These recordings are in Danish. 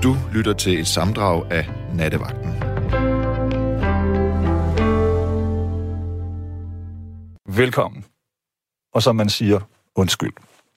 Du lytter til et sammendrag af Nattevagten. Velkommen. Og som man siger, undskyld.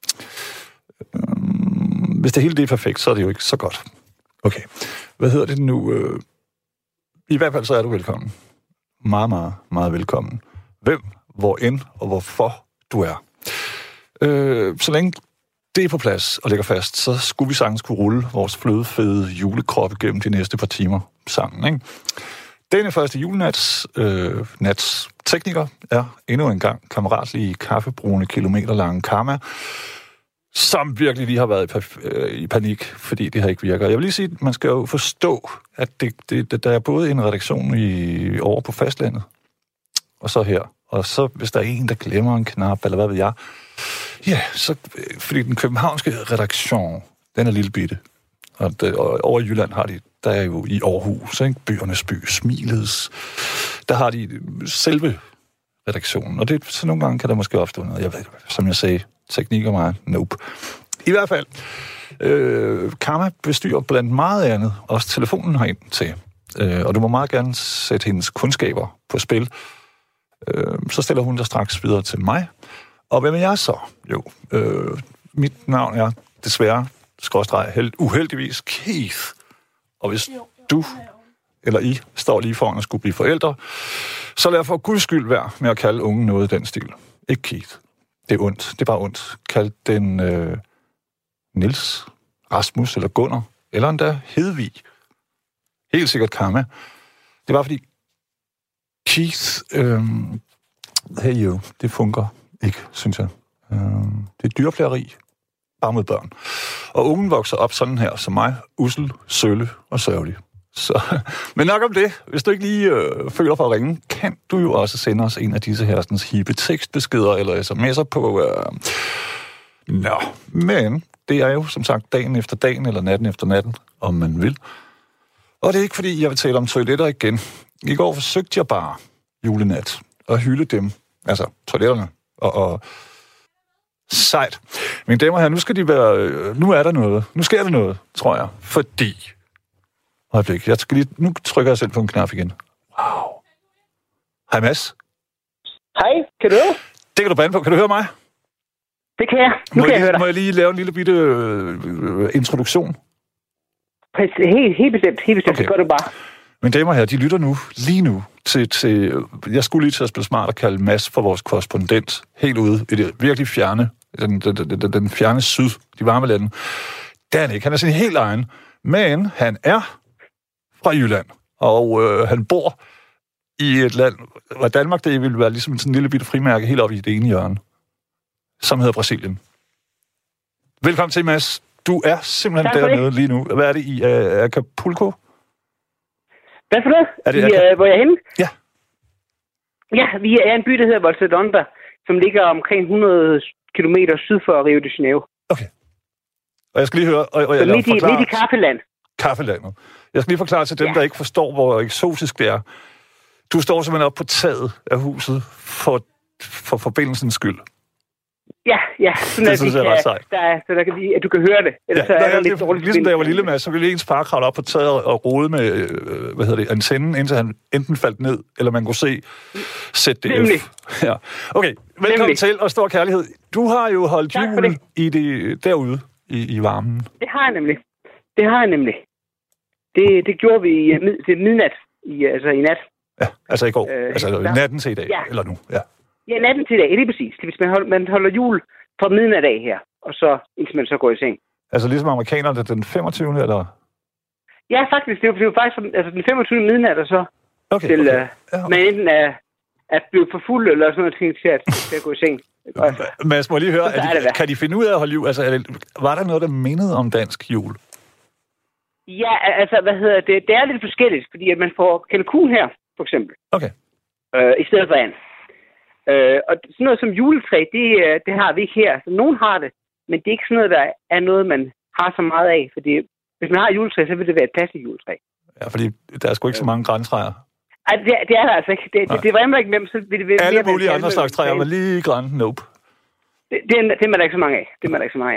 Hvis det hele det er perfekt, så er det jo ikke så godt. Okay. Hvad hedder det nu? I hvert fald så er du velkommen. Meget, meget, meget velkommen. Hvem, hvor end og hvorfor du er. Så længe det er på plads og ligger fast, så skulle vi sagtens kunne rulle vores flødefede julekroppe gennem de næste par timer sammen, ikke? Denne første julenats tekniker er endnu en gang kammeratlige kaffebrune kilometerlange Karma, som virkelig lige har været i panik, fordi det her ikke virker. Jeg vil lige sige, at man skal jo forstå, at der er både en redaktion over på fastlandet, og så her. Og så hvis der er en, der glemmer en knap, eller hvad ved jeg, ja, så fordi den københavnske redaktion, den er lille bitte. Og over i Jylland har de, der er jo i Aarhus, ikke? Byernes by, Smilets, der har de selve redaktionen. Og så nogle gange kan der måske opstå noget. Jeg ved, som jeg sagde, teknik og mig, nope. I hvert fald, Karma bestyrer blandt meget andet også telefonen herind til. Og du må meget gerne sætte hendes kundskaber på spil. Så stiller hun dig straks videre til mig. Og hvem er jeg så? Jo, mit navn er desværre, uheldigvis, Keith. Og hvis du eller I står lige foran at skulle blive forældre, så lad for guds skyld være med at kalde ungen noget i den stil. Ikke Keith. Det er ondt. Det er bare ondt. Kald den Niels, Rasmus eller Gunnar, eller endda Hedvig. Helt sikkert Karma. Det var fordi Keith, det fungerer ikke, synes jeg. Det er dyrplageri, bare med børn. Og ungen vokser op sådan her, som mig, ussel, sølle og sørgelig. Så, men nok om det. Hvis du ikke lige føler for at ringe, kan du jo også sende os en af disse hersens hippe tekstbeskeder eller sms'er på... Men det er jo som sagt dagen efter dagen eller natten efter natten, om man vil. Og det er ikke fordi, jeg vil tale om toiletter igen. I går forsøgte jeg bare julenat at hylde dem, altså toiletterne, og sejt. Mine damer og herrer, nu er der noget. Nu sker der noget, tror jeg. Fordi... Øjeblik, nu trykker jeg selv på en knap igen. Wow. Hej Mads. Hej, kan du høre? Det kan du bande på. Kan du høre mig? Det kan jeg. Må jeg lige lave en lille bitte introduktion? Helt bestemt. Okay. Det gør du bare. Mine damer og herrer, de lytter lige nu til... Jeg skulle lige til at spille smart og kalde Mads for vores korrespondent. Helt ude i det virkelig fjerne, den fjerne syd, de varme lande. Det er han ikke. Han er sin helt egen. Men han er fra Jylland, og han bor i et land, hvor Danmark det vil være ligesom sådan en lille bitte frimærke helt oppe i det ene hjørne, som hedder Brasilien. Velkommen til, Mads. Du er simpelthen dernede lige nu. Hvad er det i Acapulco? Hvad for det? Hvor er jeg henne? Ja. Ja, vi er en by, der hedder Volta Redonda, som ligger omkring 100 kilometer syd for Rio de Janeiro. Okay. Og jeg skal lige høre... midt i kaffeland. Kaffelandet. Jeg skal lige forklare til dem, der ikke forstår, hvor eksotisk det er. Du står simpelthen op på taget af huset for forbindelsens skyld. Ja. Sådan det synes jeg er ret sejt. At du kan høre det. Ellers så er der lidt dårligt. Ligesom da jeg var lille, Mads, så ville ens far kravle op på taget og rode med antennen, indtil han enten faldt ned, eller man kunne se ZDF. Ja. Okay, velkommen til, og stor kærlighed. Du har jo holdt jul i det derude i varmen. Det har jeg nemlig. Det gjorde vi til midnat, i nat. Ja, altså i går. Natten til i dag, eller nu, ja. Ja, natten til i dag, lige præcis. Hvis man holder jul fra midnat af her, og så indtil man så går i seng. Altså ligesom amerikanerne den 25. eller? Ja, faktisk. Det var faktisk den 25. midnat, og så til man enten er blevet for fuld, eller sådan noget til at gå i seng. Mads, må jeg lige høre, kan de finde ud af at holde jul? Altså, var der noget, der mindede om dansk jul? Ja, altså, det er lidt forskelligt, fordi at man får kalkun her, for eksempel. Okay. I stedet for and. Og sådan noget som juletræ, det har vi ikke her. Så nogen har det, men det er ikke sådan noget, der er noget, man har så meget af. Fordi hvis man har juletræ, så vil det være et plastikjuletræ. Ja, fordi der er sgu ikke så mange græntræer. Ej, det er der altså ikke. Det var ikke nemt, så vil det alle mulige andre slags træer, men lige grænt, nope. Det er man der ikke så mange af.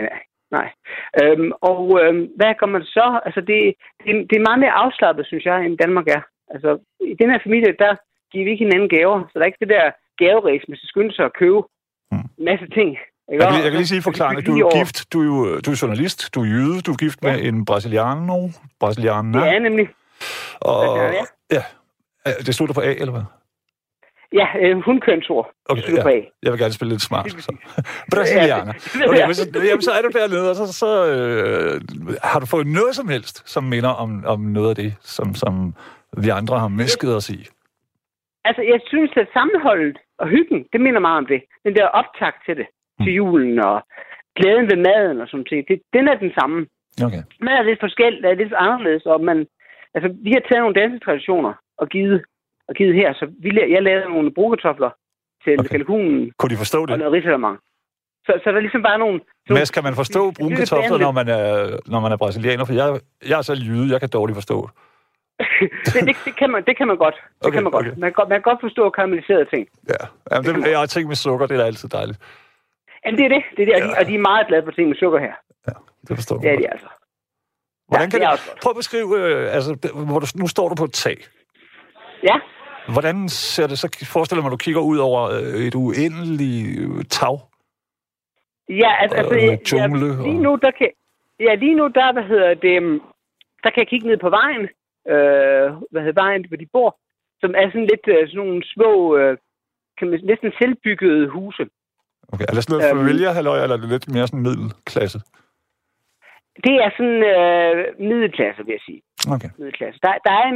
Nej. Hvad gør man så? Altså, det er meget mere afslappet, synes jeg, end Danmark er. Altså, i den her familie, der giver vi ikke hinanden gaver, så der er ikke det der gaveræs, man skal skynde sig at købe en masse ting. Jeg kan lige sige forklarende, du er gift, du er journalist, du er jyde, du er gift med en brasilianer. Ja, nemlig. Og ja, det slutter på A, eller hvad? Ja, hundkønsord. Okay, ja. Jeg vil gerne spille lidt smart. Brasilianer. Okay, så er du dernede, og så har du fået noget som helst, som minder om noget af det, som vi andre har misket os i. Altså, jeg synes, at sammenholdet og hyggen, det minder meget om det. Den der optakt til det, til julen, og glæden ved maden og sådan noget. Den er den samme. Okay. Man er lidt forskellig, er lidt anderledes, og vi har taget nogle danske traditioner og givet her, så jeg lavede nogle brugekartofler til kalkunen. Kunne de forstå det? Og noget risalemang. Så der er ligesom bare nogle... Mads, kan man forstå brugekartofler, når man er brasilianer? For jeg er selv jyde, jeg kan dårligt forstå det. det kan man godt. Det kan man godt. Man kan godt forstå karamelliserede ting. Ja. Jamen, jeg har ting med sukker, det er da altid dejligt. Jamen, det er det. Ja. Og de er meget glade for ting med sukker her. Ja, det forstår jeg. Det er de altså. Prøv at beskrive, nu står du på et tag. Ja. Hvordan ser det så? Forestiller mig, du kigger ud over et uendeligt tag. Ja, jungle. Lige nu, der kan jeg kigge ned på vejen. Vejen, hvor de bor, som er sådan lidt sådan nogle små, næsten selvbyggede huse. Okay, er det sådan noget familiehalløj, eller er det lidt mere sådan middelklasse? Det er sådan middelklasse, vil jeg sige. Okay. Middelklasse. Der er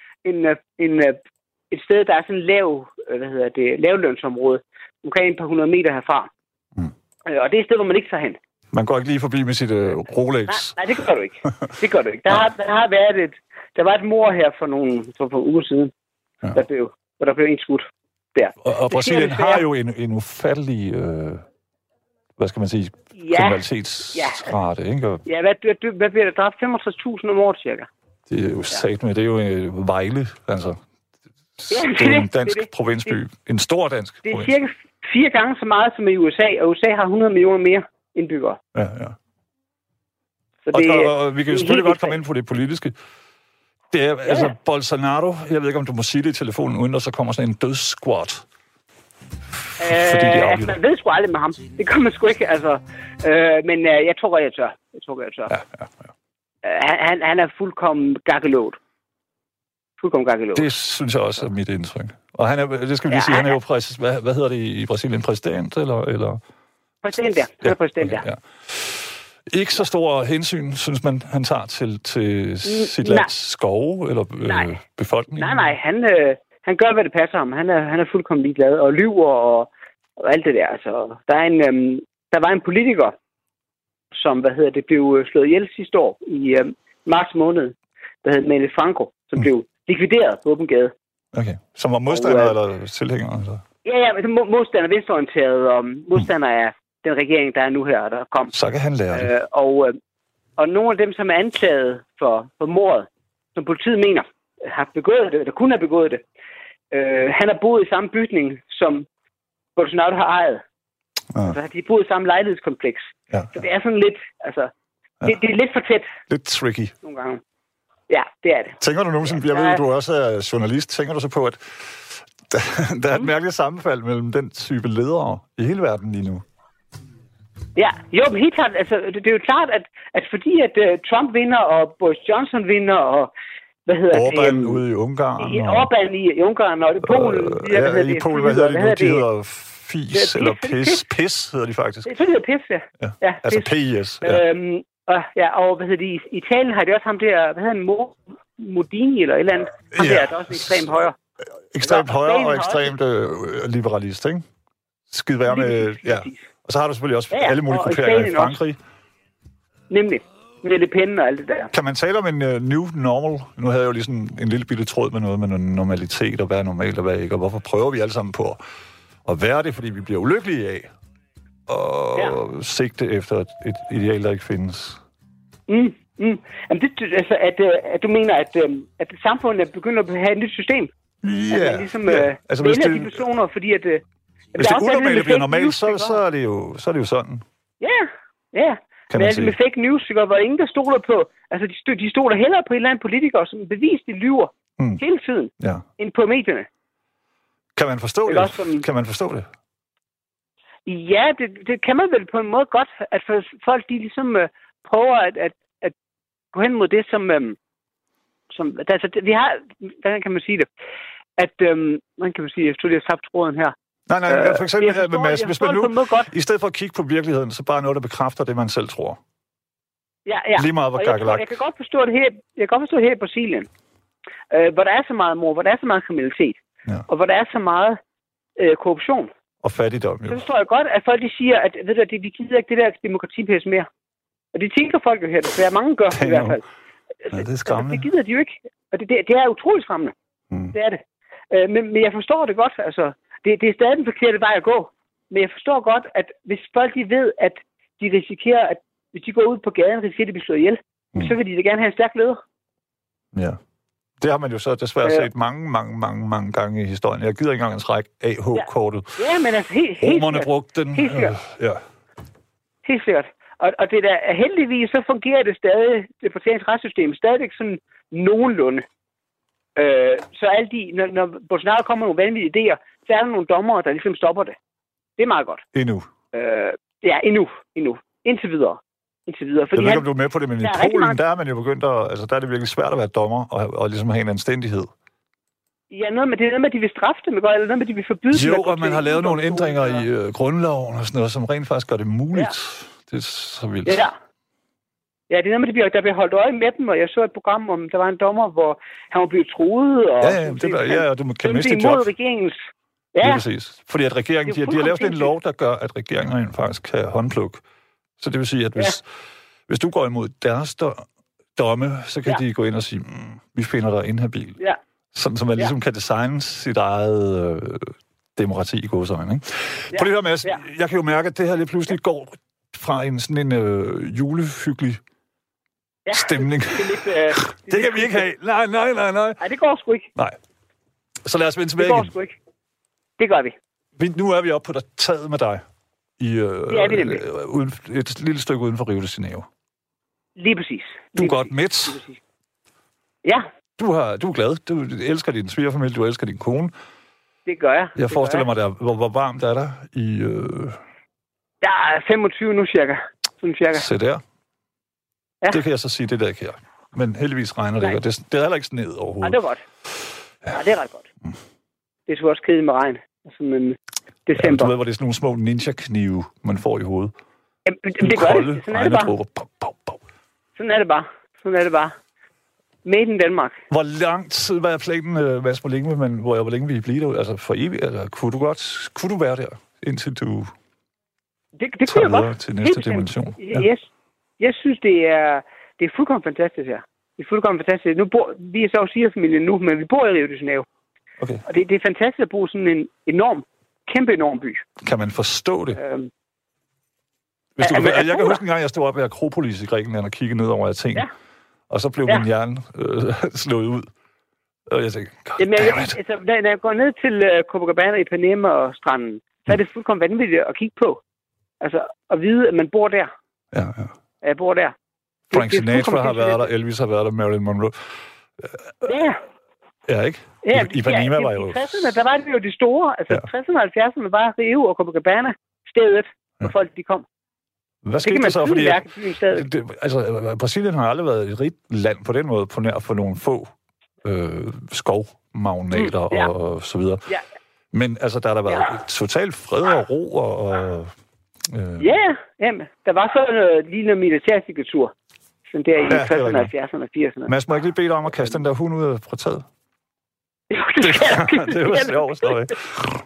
et sted, der er sådan lavlønsområde, omkring et par 100 meter herfra. Og det er et sted, hvor man ikke tager hen. Man går ikke lige forbi med sit Rolex. Nej, det gør du ikke. Der var et mord her for uger siden, hvor der blev en skudt der. Og Brasilien har jo en ufattelig, hvad skal man sige, kriminalitetsrate, ikke? Ja, hvad bliver der dræbt? 65.000 om året, cirka. Det er jo sagt med, det er jo Vejle, altså. Det er en dansk provinsby. En stor dansk provins. Det er cirka 4 gange så meget som i USA, og USA har 100 millioner mere indbyggere. Ja. Så og vi kan jo selvfølgelig godt komme ind på det politiske. Det er altså Bolsonaro, jeg ved ikke, om du må sige det i telefonen, uden der så kommer sådan en dødssquad. Man ved sgu aldrig med ham. Det kommer man sgu ikke, altså. Men jeg tror, jeg tør. Ja. Han er fuldkommen gakkelåt. Det synes jeg også er mit indtryk. Og han er, det skal vi lige sige, han er jo hvad hedder det i Brasilien? Præsident, eller? Præsident, ja. Han er præsident, ja. Ikke så stor hensyn, synes man, han tager til sit lands skove eller befolkningen? Nej, han gør, hvad det passer ham. Han er fuldkommen ligeglad og lyver og alt det der. Altså, der var en politiker, som blev slået ihjel sidste år i marts måned, der hed Mene Franco, som blev likvideret på åben gade. Okay, som var modstander eller tilhænger? Altså? Ja, modstander, venstreorienteret og modstander af den regering, der er nu her, der kom. Så kan han lære det. Og nogle af dem, som er anklaget for mordet, som politiet mener har begået det, eller kunne have begået det, han har boet i samme bygning, som Bolsonaro har ejet. Altså, de har boet i samme lejlighedskompleks. Ja. Så det er sådan lidt, altså, det er lidt for tæt. Lidt tricky. Nogle gange. Ja, det er det. Tænker du nogensinde, jeg ved, du også er journalist, tænker du så på, at der er et mærkeligt sammenfald mellem den type ledere i hele verden lige nu? Ja, jo, men helt klart, altså, det er jo klart, at fordi at Trump vinder, og Boris Johnson vinder, og Orbán ude i Ungarn. Orbán i Ungarn, og Polen. I Polen, hvad hedder de nu? De hedder FIS, eller PIS. PIS hedder de faktisk. Det hedder PIS, ja. Altså PIS, og hvad hedder de? I Italien har de også ham der, hvad hedder han, Modini eller et eller andet. Ham der er også ekstremt højre. Ekstremt højre og ekstremt liberalist, ikke? Skide være med, Og så har du selvfølgelig også alle mulige grupperinger i Frankrig. Nemlig. Med Le Pen og alt det der. Kan man tale om en new normal? Nu havde jeg jo lige sådan en lille bitte tråd med noget med normalitet, og hvad er normalt og hvad ikke, og hvorfor prøver vi alle sammen på at være det, fordi vi bliver ulykkelige af og sigte efter et ideal, der ikke findes. Jamen altså, at du mener, at samfundet begynder at have et nyt system? Ja. At man ligesom vælger de personer, fordi at... Hvis det unormale bliver normalt, så er det jo sådan. Ja. kan man sige. Med fake news, hvor ingen der stoler på, altså de stoler hellere på en eller anden politiker, som bevist de lyver hele tiden, end på medierne. Kan man forstå det? Kan man forstå det? Ja, det kan man vel på en måde godt, at folk de ligesom prøver at gå hen mod det, som altså, vi har, hvordan kan man sige det, at, hvordan kan man sige, jeg tror, jeg har tabt tråden her. Nej, for eksempel her med Mads, hvis man nu, i stedet for at kigge på virkeligheden, så bare noget, der bekræfter det, man selv tror. Ja. Lige meget, hvor gakkelagt. Jeg kan godt forstå det her i Brasilien, hvor der er så meget mord, hvor der er så meget kriminalitet, og hvor der er så meget korruption. Og fattigdom, jo. Så forstår jeg godt, at folk de siger, at ved du, vi gider ikke det der demokratipæs mere. Og det tænker folk jo her, desværre. Mange gør det i hvert fald. Ja, det er skræmmende. Det gider de jo ikke. Og det er utroligt skræmmende. Det er det. Men jeg forstår det godt. Altså, det er stadig den forkerte vej at gå. Men jeg forstår godt, at hvis folk de ved, at de risikerer, at hvis de går ud på gaden, risikerer de at blive slået ihjel, så vil de da gerne have en stærk leder. Ja. Det har man jo så desværre set mange gange i historien. Jeg gider ikke engang at trække AH-kortet. Ja, men altså helt romerne brugte den. Helt sikkert. Ja. Helt sikkert. Og det der, heldigvis, så fungerer det stadig, det brasilianske retssystem, stadigvæk sådan nogenlunde. Så når Bolsonaro kommer med nogle vanvittige idéer, så er der nogle dommere, der ligesom stopper det. Det er meget godt. Endnu. Endnu. Indtil videre. Fordi jeg ved ikke, om du er med på det, men i Polen, der er man jo begyndt at... Altså, der er det virkelig svært at være dommer og ligesom have en anstændighed. Ja, det er noget med, at de vil straffe dem, eller noget med, at de vil forbyde dem. Jo, og man har lavet nogle ændringer i grundloven og sådan noget, som rent faktisk gør det muligt. Ja. Det er så vildt. Ja, det er noget med, at der bliver holdt øje med dem, og jeg så et program, om der var en dommer, hvor han var blevet truet. Og og du kan miste et job. Regeringens... Ja, det er præcis. Fordi at regeringen, de har lavet sådan en lov, der gør, at regeringen faktisk kan håndplukke. Så det vil sige, at hvis du går imod deres domme, så kan de gå ind og sige, vi finder dig inhabil. Ja. Sådan, så man ligesom kan designe sit eget demokrati i godsøjne, ikke? Ja. Prøv lige at høre, Mads. Jeg kan jo mærke, at det her lige pludselig går fra sådan en julehyggelig stemning. Det kan vi ikke have. Nej. Nej, det går sgu ikke. Nej. Så lad os vende tilbage igen. Det går sgu ikke. Det gør vi. Nu er vi oppe på taget med dig. Det er vi nemlig. Et lille stykke uden for Rio de Janeiro. Lige præcis. Du er godt mæt. Ja. Du er glad. Du elsker din svigerfamilie, du elsker din kone. Det gør jeg. Jeg forestiller mig, hvor varmt er der i... Der er 25 nu cirka. Sådan cirka. Se der. Ja. Det kan jeg så sige, det der ikke her. Men heldigvis regner det ikke, og det er heller ikke ned overhovedet. Ja, det er godt. Ja, det er ret godt. Det er sgu også kedeligt med regn. Altså, men december. Ja, du ved, hvor det er sådan nogle små ninja-knive, man får i hovedet. Det gør det. Sådan er det bare. Sådan er det bare. Made in Danmark. Hvor lang tid var planen, Mads, hvor længe vil I blive der? Altså for evigt? Eller kunne du være der, indtil du det kunne jeg godt. Til næste dimension? Ja. Jeg synes, det er fuldkommen fantastisk her. Det er fuldkommen fantastisk. Nu vi er så også familien nu, men vi bor i Rio de Janeiro. Okay. Og det er fantastisk at bo sådan en kæmpe enorm by. Kan man forstå det? Jeg kan huske en gang, jeg stod op ved Akropolis i Grækenland og kiggede ned over Athen. Ja. Og så blev min hjerne slået ud. Og jeg tænkte, når jeg går ned til Copacabana i Ipanema og stranden, så er det fuldkommen vanvittigt at kigge på. Altså, at vide, at man bor der. Ja. Jeg bor der. Frank Sinatra har været der, Elvis har været der, Marilyn Monroe. Ja. Ja, ikke? Ipanema var jo... I 60'erne, der var det jo de store. Altså, 60'erne og 70'erne var Rio og Copacabana stedet, hvor folk de kom. Hvad skete der så? Fordi Brasilien har aldrig været et rigt land på den måde, på nær for nogle få skovmagnater og så videre. Ja. Men altså, der har været totalt fred og ro og... Jamen, der var så lige noget militærdiktatur. Sådan der i 60'erne, 70'erne og 80'erne. Mads, må jeg ikke lige bede dig om at kaste den der hund ud fra taget? Jo, det er jo sjovt, står det.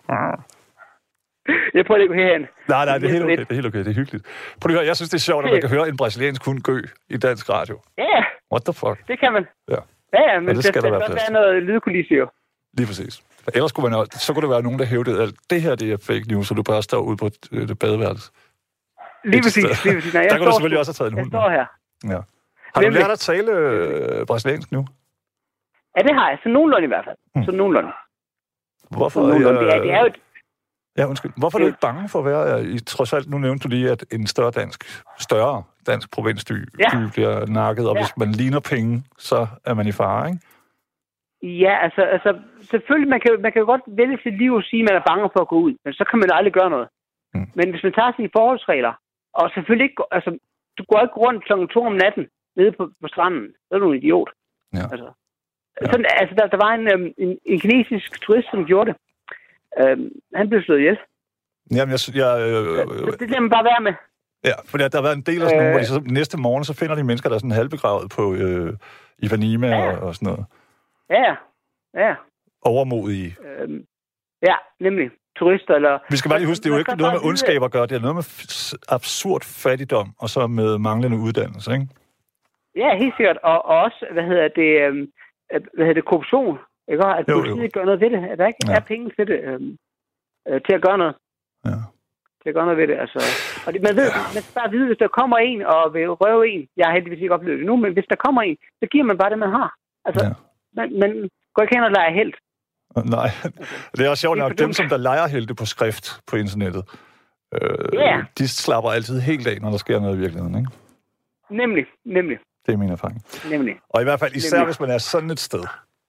Jeg prøver lige at gå herhen. Nej, det er helt okay. Det er hyggeligt. Prøv lige at høre, jeg synes, det er sjovt, at man kan høre en brasiliansk hund gø i dansk radio. Ja. What the fuck? Det kan man. Ja, men det skal der være plads. Der er noget lydkulisse jo. Lige præcis. Ellers så kunne der være nogen, der hævdede, at det her det er fake news, så du bare står ude på det badeværelse. Lige præcis. Nej, der kunne du selvfølgelig også have taget en hund. Jeg står her. Ja. Har du lært at tale brasiliansk nu? Ja, det har jeg. Så nogenlunde i hvert fald. Så nogenlunde. Hvorfor? Det er jo Ja, undskyld. Hvorfor er du ikke bange for at være i, trods alt, nu nævnte du lige, at en større dansk provinsby bliver nakket, og hvis man ligner penge, så er man i fare, ikke? Ja, altså selvfølgelig, man kan jo godt vælge sit liv og sige, at man er bange for at gå ud, men så kan man aldrig gøre noget. Men hvis man tager sine forholdsregler, og selvfølgelig ikke, altså, du går ikke rundt kl. 2 om natten nede på stranden, så er du en idiot. Ja. Sådan, der var en kinesisk turist, som gjorde det. Han blev slået ihjel. Jamen, det lader man bare være med. Ja, for der har været en del af sådan nogle, hvor de næste morgen, så finder de mennesker, der er sådan halvbegravet på Ipanema og sådan noget. Ja. Overmodige. Ja, nemlig. Turister eller... Vi skal bare lige huske, det er jo ikke noget med ondskab at gøre. Det er noget med absurd fattigdom, og så med manglende uddannelse, ikke? Ja, helt sikkert. Og også, korruption. Ikke? At politiet ikke gør noget ved det. At der ikke er penge til det. Til at gøre noget. Ja. Til at gøre noget ved det, altså. Og man skal bare vide, hvis der kommer en og vil røve en. Jeg har heldigvis ikke oplevet det nu, men hvis der kommer en, så giver man bare det, man har. Altså, man går ikke hen og leger helt. Nej, det er også sjovt nok. Dem, som der leger helte på skrift på internettet, de slapper altid helt af, når der sker noget i virkeligheden, ikke? Nemlig. Det er min erfaring. Nemlig. Og i hvert fald, især hvis man er sådan et sted.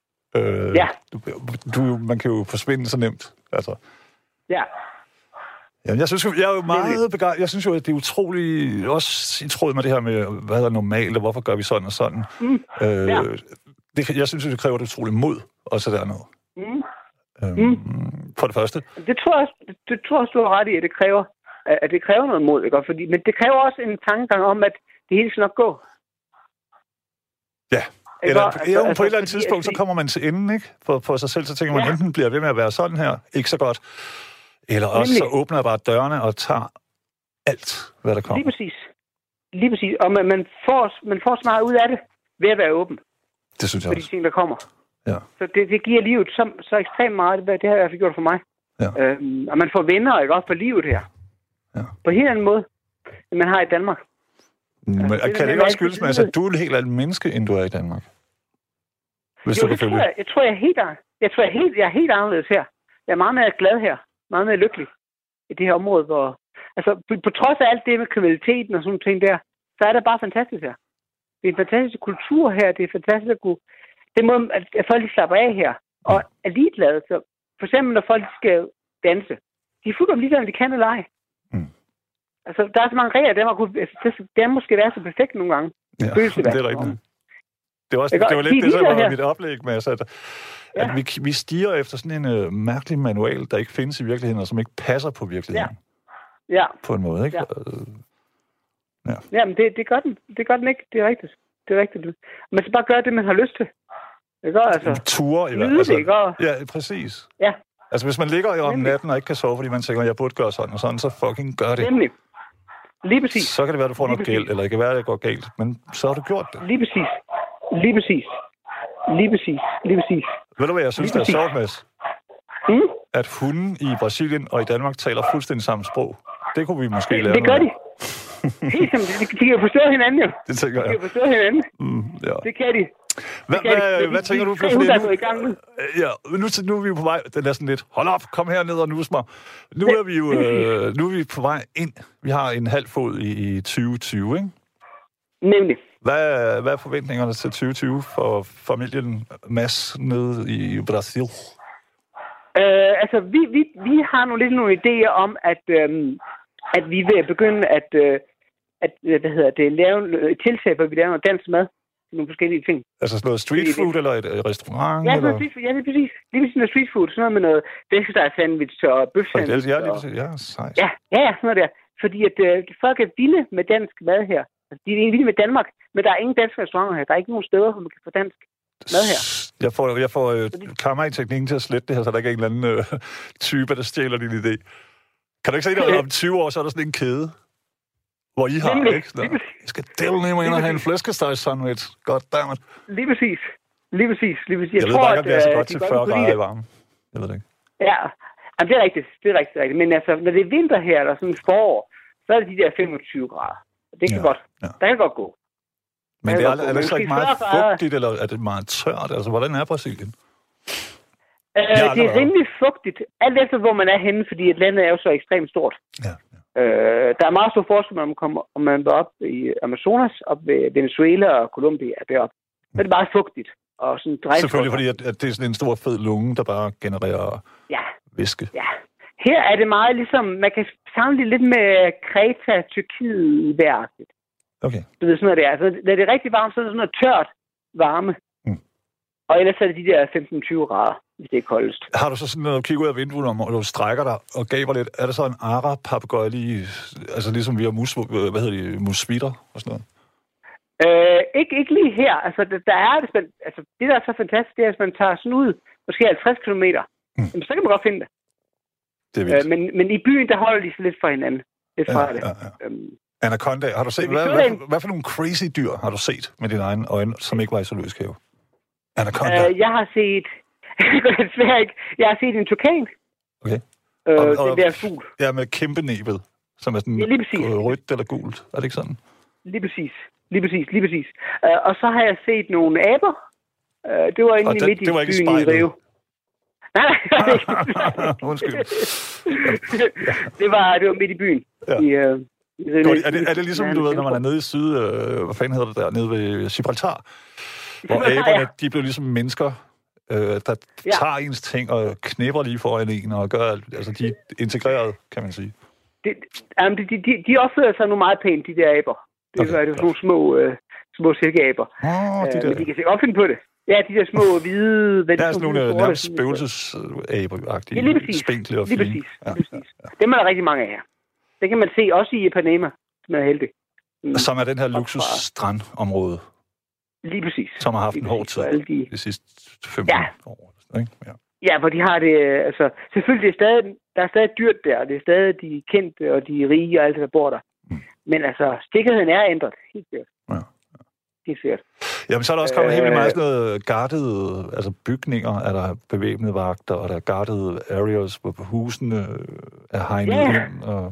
Man kan jo forsvinde så nemt. Altså. Ja. Jamen, jeg er jo meget begejstret. Jeg synes jo, at det er utroligt, også i tråd med det her med, hvad er normalt, og hvorfor gør vi sådan og sådan. Jeg synes, det kræver et utroligt mod, også dernede. For det første. Det tror jeg også, du har ret i, at det kræver noget mod, ikke? Men det kræver også en tankegang om, at det hele skal nok gå. Ja. På et eller andet tidspunkt, så kommer man til enden, ikke? For sig selv, så tænker man, enten bliver ved med at være sådan her, ikke så godt, eller også så åbner jeg bare dørene og tager alt, hvad der kommer. Lige præcis. Og man får så meget ud af det, ved at være åben. Det synes jeg for de ting, der kommer. Ja. Så det giver livet så ekstremt meget. Det har i hvert fald gjort for mig. Ja. Og man får venner, ikke også, for livet her. Ja. På en helt anden måde, end man har i Danmark. Men kan det ikke også skyldes med, at du er et helt andet menneske, end du er i Danmark? Hvis du kan følge. Jeg tror, jeg er helt anderledes her. Jeg er meget mere glad her. Meget mere lykkelig i det her område, hvor... Altså, på trods af alt det med kriminaliteten og sådan ting der, så er det bare fantastisk her. Det er en fantastisk kultur her. Det er fantastisk at kunne... Det må, at folk slapper af her. Og er ligeglade. Så for eksempel, når folk skal danse. De er fuldkommen ligeglade, om de kan eller ej. Altså, der er så mange regler, der måske være så perfekt nogle gange. Ja, det er rigtigt. Det var lidt det, som var mit oplæg med, altså, at vi stiger efter sådan en mærkelig manual, der ikke findes i virkeligheden, og som ikke passer på virkeligheden. Ja. På en måde, ikke? Ja. Jamen, det gør den. Det gør den ikke. Det er rigtigt. Man skal bare gøre det, man har lyst til. Ikke? Altså, ture i hvert fald. Ja, præcis. Ja. Altså, hvis man ligger om natten og ikke kan sove, fordi man tænker, jeg burde gøre sådan og sådan, så fucking gør det. Nemlig. Lige præcis. Så kan det være, du får noget gæld, eller det kan være, at det går galt. Men så har du gjort det. Lige præcis. Ved du, hvad jeg synes, der er sjovt, Mads? At hunden i Brasilien og i Danmark taler fuldstændig samme sprog. Det kunne vi måske lære. Det gør de. Helt simpelthen. De kan jo forstå hinanden, jo. Det tænker jeg. De kan jo forstå hinanden. Det kan de. Hvad tænker du? Nu er vi jo på vej. Den er sådan lidt, hold op, kom herned og nus mig. Nu er vi på vej ind. Vi har en halv fod i 2020, ikke? Nemlig. Hvad er forventningerne til 2020 for familien Mads nede i Brasil? Altså, vi har nogle idéer om, at vi vil begynde at lave et tiltag, hvor vi laver noget dansk mad. Nogle forskellige ting. Altså sådan noget street food, eller et restaurant? Ja, eller? Det er præcis. Lige ved sådan noget street food. Sådan noget med noget bæskesteg-sandwich og bøf-sandwich. Ja, lige præcis. Ja, sejt. Ja, sådan noget der. Fordi at folk er vilde med dansk mad her. Altså, de er vilde med Danmark, men der er ingen danske restauranter her. Der er ikke nogen steder, hvor man kan få dansk mad her. Jeg får kamera-teknikken til at slette det her, så der ikke er en eller anden type, der stjæler din idé. Kan du ikke se, at om 20 år, så er der sådan en kæde? Hvor I har, ikke? Jeg skal dele mig ind og have en flæskesteg-sandwich. Goddammit. Lige præcis. Jeg ved bare ikke, om det er så godt til 40 grader i varme. Jeg ved det ikke. Ja, jamen, det er rigtigt. Men altså, når det er vinter her, eller sådan forår, så er det de der 25 grader. Det kan godt. Ja. Der kan godt gå. Men det er ikke meget fugtigt, eller er det meget tørt? Altså, hvordan er Brasilien? Det er rimelig fugtigt, alt efter hvor man er henne, fordi et landet er jo så ekstremt stort. Ja. Der er meget stor forskel, om man var op i Amazonas, op ved Venezuela og Colombia deroppe. Så er det meget fugtigt. Og sådan selvfølgelig, fordi at det er sådan en stor fed lunge, der bare genererer væske. Ja. Her er det meget ligesom, man kan sammenligne lidt med Kreta, Tyrkiet vejragtigt. Okay. Du ved sådan noget der. Altså, når det er rigtig varmt, så er det sådan noget tørt varme. Og ellers er det de der 15-20 grader, hvis det er koldest. Har du så sådan noget, kigge ud af vinduet, og du strækker dig og gaber lidt? Er der så en ara-papegøje lige, altså ligesom vi har musvitter og sådan noget? Ikke lige her. Altså, der er det, altså, det der er så fantastisk, det er, at hvis man tager sådan ud, måske 50 kilometer, så kan man godt finde det. Det er vildt. Men i byen, der holder de sig lidt fra hinanden. Lidt fra det. Ja. Anaconda, har du set, hvad for nogle crazy dyr har du set med dine egne øjne, som ikke var i zoologisk have? Anaconda? Jeg har set... Jeg har set en tukan. Okay. Den der fugl. Ja, med kæmpe næbet, som er sådan rødt eller gult. Er det ikke sådan? Lige præcis. Og så har jeg set nogle aber. Det var egentlig midt i byen i Rio. Nej. Undskyld. Det var midt i byen. Ja. Er det ligesom, du ved, når man er nede i syd... hvad fanden hedder det der? Nede ved Gibraltar? Hvor aberne, de blev ligesom mennesker, der tager ens ting og knæpper lige foran en og gør... Altså, de er integreret, kan man sige. De opfører sig nu meget pænt, de der aber. Det er jo sådan nogle små silkeaber. Men de kan sikkert opfinde på det. Ja, de der små hvide... Der er sådan nogle nærmest spøgelsesaber-agtige. Ja, lige præcis. Spinkle og fine. Lige præcis. Dem er der rigtig mange af her. Det kan man se også i Ipanema, som er heldig. Som er den her luksusstrandområde. Lige præcis. Som har haft en hård tid de sidste 15 år. Ikke? Ja, hvor de har det... Altså, selvfølgelig, der er stadig dyrt der. Det er stadig de kendte, og de rige og alt det, der bor der. Men altså, sikkerheden er ændret. Helt sikkert. Ja. Helt sikkert. Jamen, så er der også kommet helt vildt meget sådan noget gardede, altså bygninger, er der bevæbnede vagter, og der er gardede areas, hvor husene er hegnet ind. Og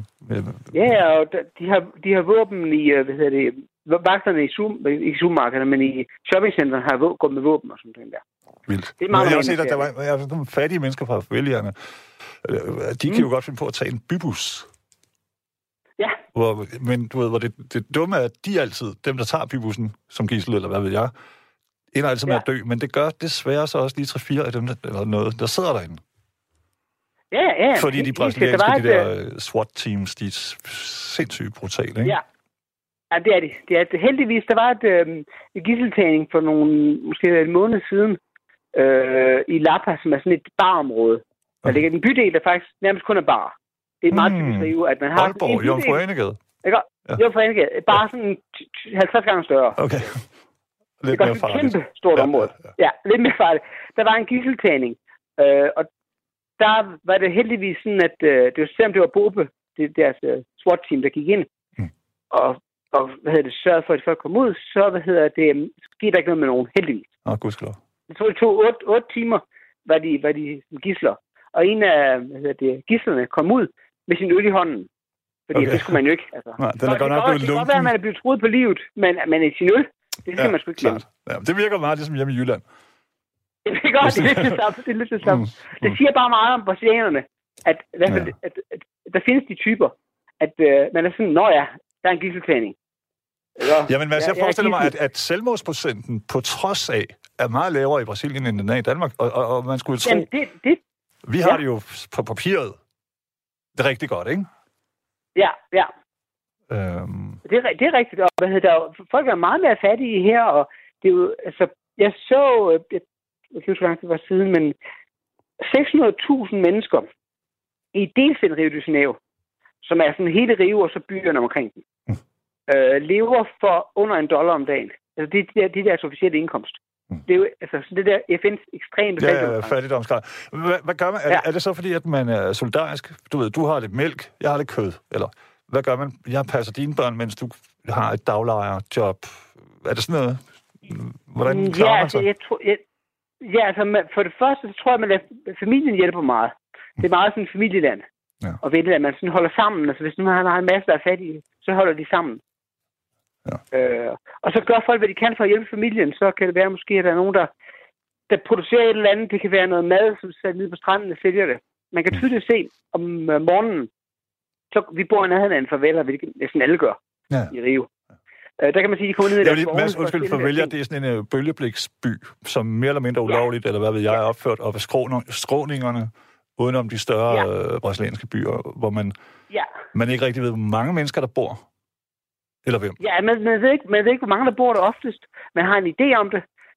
de har våben i, vagterne i supermarkederne, men i shoppingcentrene har gået med våben og sådan noget der. Vildt. Det er meget, jeg har også set, at der var nogle fattige mennesker fra vælgerne. De kan jo godt finde på at tage en bybus. Ja. Men du ved, hvor det dumme er, at de altid, dem der tager bybussen som gidsel, eller hvad ved jeg, ender altid med at dø. Men det gør desværre så også lige 3-4 af dem, eller noget, der sidder derinde. Ja. Fordi de brasilianske, de der SWAT-teams, de er sindssygt brutale, ikke? Ja. Ja, det er de. Heldigvis, der var et gidseltagning for måske en måned siden i Lapa, som er sådan et barområde. Der ligger en bydel, der faktisk nærmest kun er bar. Det er meget typisk Rio, at man har... Aalborg, Jomfru Anegade. Jomfru Anegade. Bare sådan 50 gange større. Okay. Lidt mere farligt. Det er et kæmpe stort område. Ja, lidt mere farligt. Der var en gidseltagning, og der var det heldigvis sådan, at det var selvom det var Bobe, det deres SWAT-team, der gik ind, og sørgede for, at folk kom ud, så skete der ikke noget med nogen, heldigvis. Gudskelov. Jeg tror, det tog 8 timer, var de gidsler. Og en af gidslerne kom ud med sin øl i hånden. Fordi det skulle man jo ikke. Altså. Nej, den er godt nok blevet lunken. Det kan godt være, at man er blevet truet på livet, men i sin øl, det skal man sgu ikke glemme. Ja, det virker meget ligesom hjemme i Jylland. Det er godt, det er lidt det samme. Det siger bare meget om brasilianerne, at der findes de typer, at man er sådan, der er en gidseltagning. Jamen, jeg forestiller mig, at selvmordsprocenten på trods af er meget lavere i Brasilien, end den er i Danmark, og man skulle tro... Jamen, vi har det jo på papiret. Det er rigtig godt, ikke? Ja. Det er rigtigt. Og folk er meget mere fattige her, og det er jo, altså, jeg kan ikke så langt det var siden, men 600.000 mennesker i delstaten Rio de Janeiro, som er sådan hele Rio og så byerne omkring den, lever for under $1 om dagen. Altså, det er deres officielle indkomst. Det er jo altså det der FN's ekstreme fattigdomsgrad. Hvad gør man? Er det så fordi, at man er solidarisk? Du ved, du har lidt mælk, jeg har lidt kød. Eller hvad gør man? Jeg passer dine børn, mens du har et daglejerjob. Er det sådan noget? Hvordan klarer man sig? For det første, så tror jeg, at familien hjælper meget. Det er meget sådan en familieland. Ja. Og ved det, at man sådan holder sammen. Altså, hvis man har en masse, der er fattige, så holder de sammen. Ja. Og så gør folk, hvad de kan for at hjælpe familien. Så kan det være måske, at der er nogen, der der producerer et eller andet. Det kan være noget mad, som sætter ned på stranden og sælger det. Man kan tydeligt se om morgenen, så vi bor i nærheden af en favela, hvilket næsten alle gør i Rio. Der kan man sige, at de kommer ned i deres vogne. Undskyld, favela, det er sådan en bølgebliksby, som mere eller mindre ulovligt, eller hvad ved jeg, er opført op af skråningerne, udenom de større brasilianske byer, hvor man ikke rigtig ved, hvor mange mennesker, der bor. Eller hvem? Ja, man ved ikke, hvor mange, der bor der oftest. Man har en idé om det.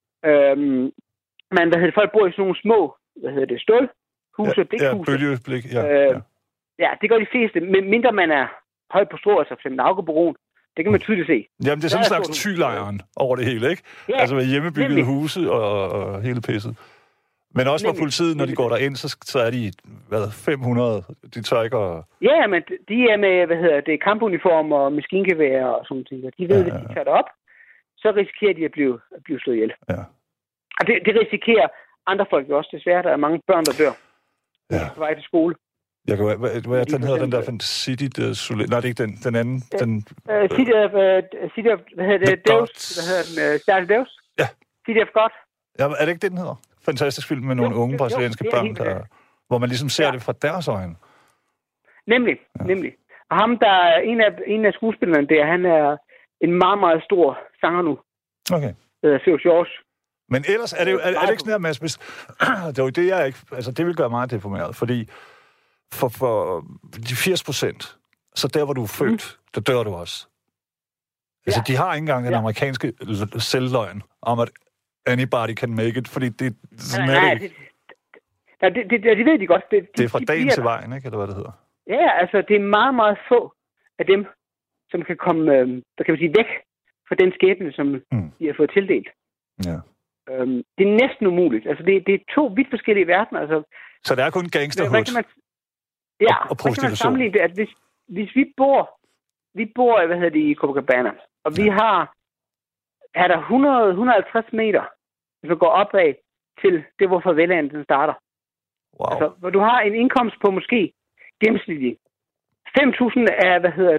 Folk bor i sådan nogle små, stålhuse, blikshuse. Bølgeblik, Ja, det gør de fleste, mindre man er højt på strå, altså for eksempel Augerbroen. Det kan man tydeligt se. Jamen, det er sådan en slags Thylejren over det hele, ikke? Ja, altså med hjemmebyggede huse og hele pisset. Men også for politiet, når de går derind, så er de, 500, de tør ikke at... Ja, men de er med, kampuniform og maskingevær og sådan ting. De ved, at de tager det op, så risikerer de at blive slået ihjel. Ja. Og det risikerer andre folk jo også, desværre. Der er mange børn, der dør på vej til skole. Jeg kan, hvad den hedder, den der City de Soleil? Nej, det er ikke den anden. City of, hvad hedder det? Deus? Hvad hedder den? Stærke Deus? Ja. City of God? Ja, er det ikke det, den hedder? Fantastisk film med nogle unge brasilianske børn, hvor man ligesom ser det fra deres øjne. Nemlig. Og ham, der er en af skuespillerne der, han er en meget, meget stor sanger nu. Okay. Seu Jorge. Men ellers er det jo er det ikke sådan her, Mads, det er jo det, jeg ikke... Altså, det vil gøre meget deprimeret, fordi for de 80%, så der, hvor du er født, der dør du også. Altså, de har ikke engang den amerikanske selvløgn om, at anybody can make it, fordi det sådan er det ikke. Det ved de godt. Det er fra dagen til vejen, ikke? Eller hvad det hedder. Ja, altså, det er meget, meget få af dem, som kan komme, der kan man sige, væk fra den skæbne, som de har fået tildelt. Ja. Det er næsten umuligt. Altså, det er to vidt forskellige verdener. Altså, så det er kun gangsterhood og prostitution. Man kan sammenligne det, at hvis vi bor i Copacabana, og vi er der 150 meter, hvis man går opad til det, hvor favelaen den starter. Wow. Altså, hvor du har en indkomst på måske gennemsnitligt 5.000 af,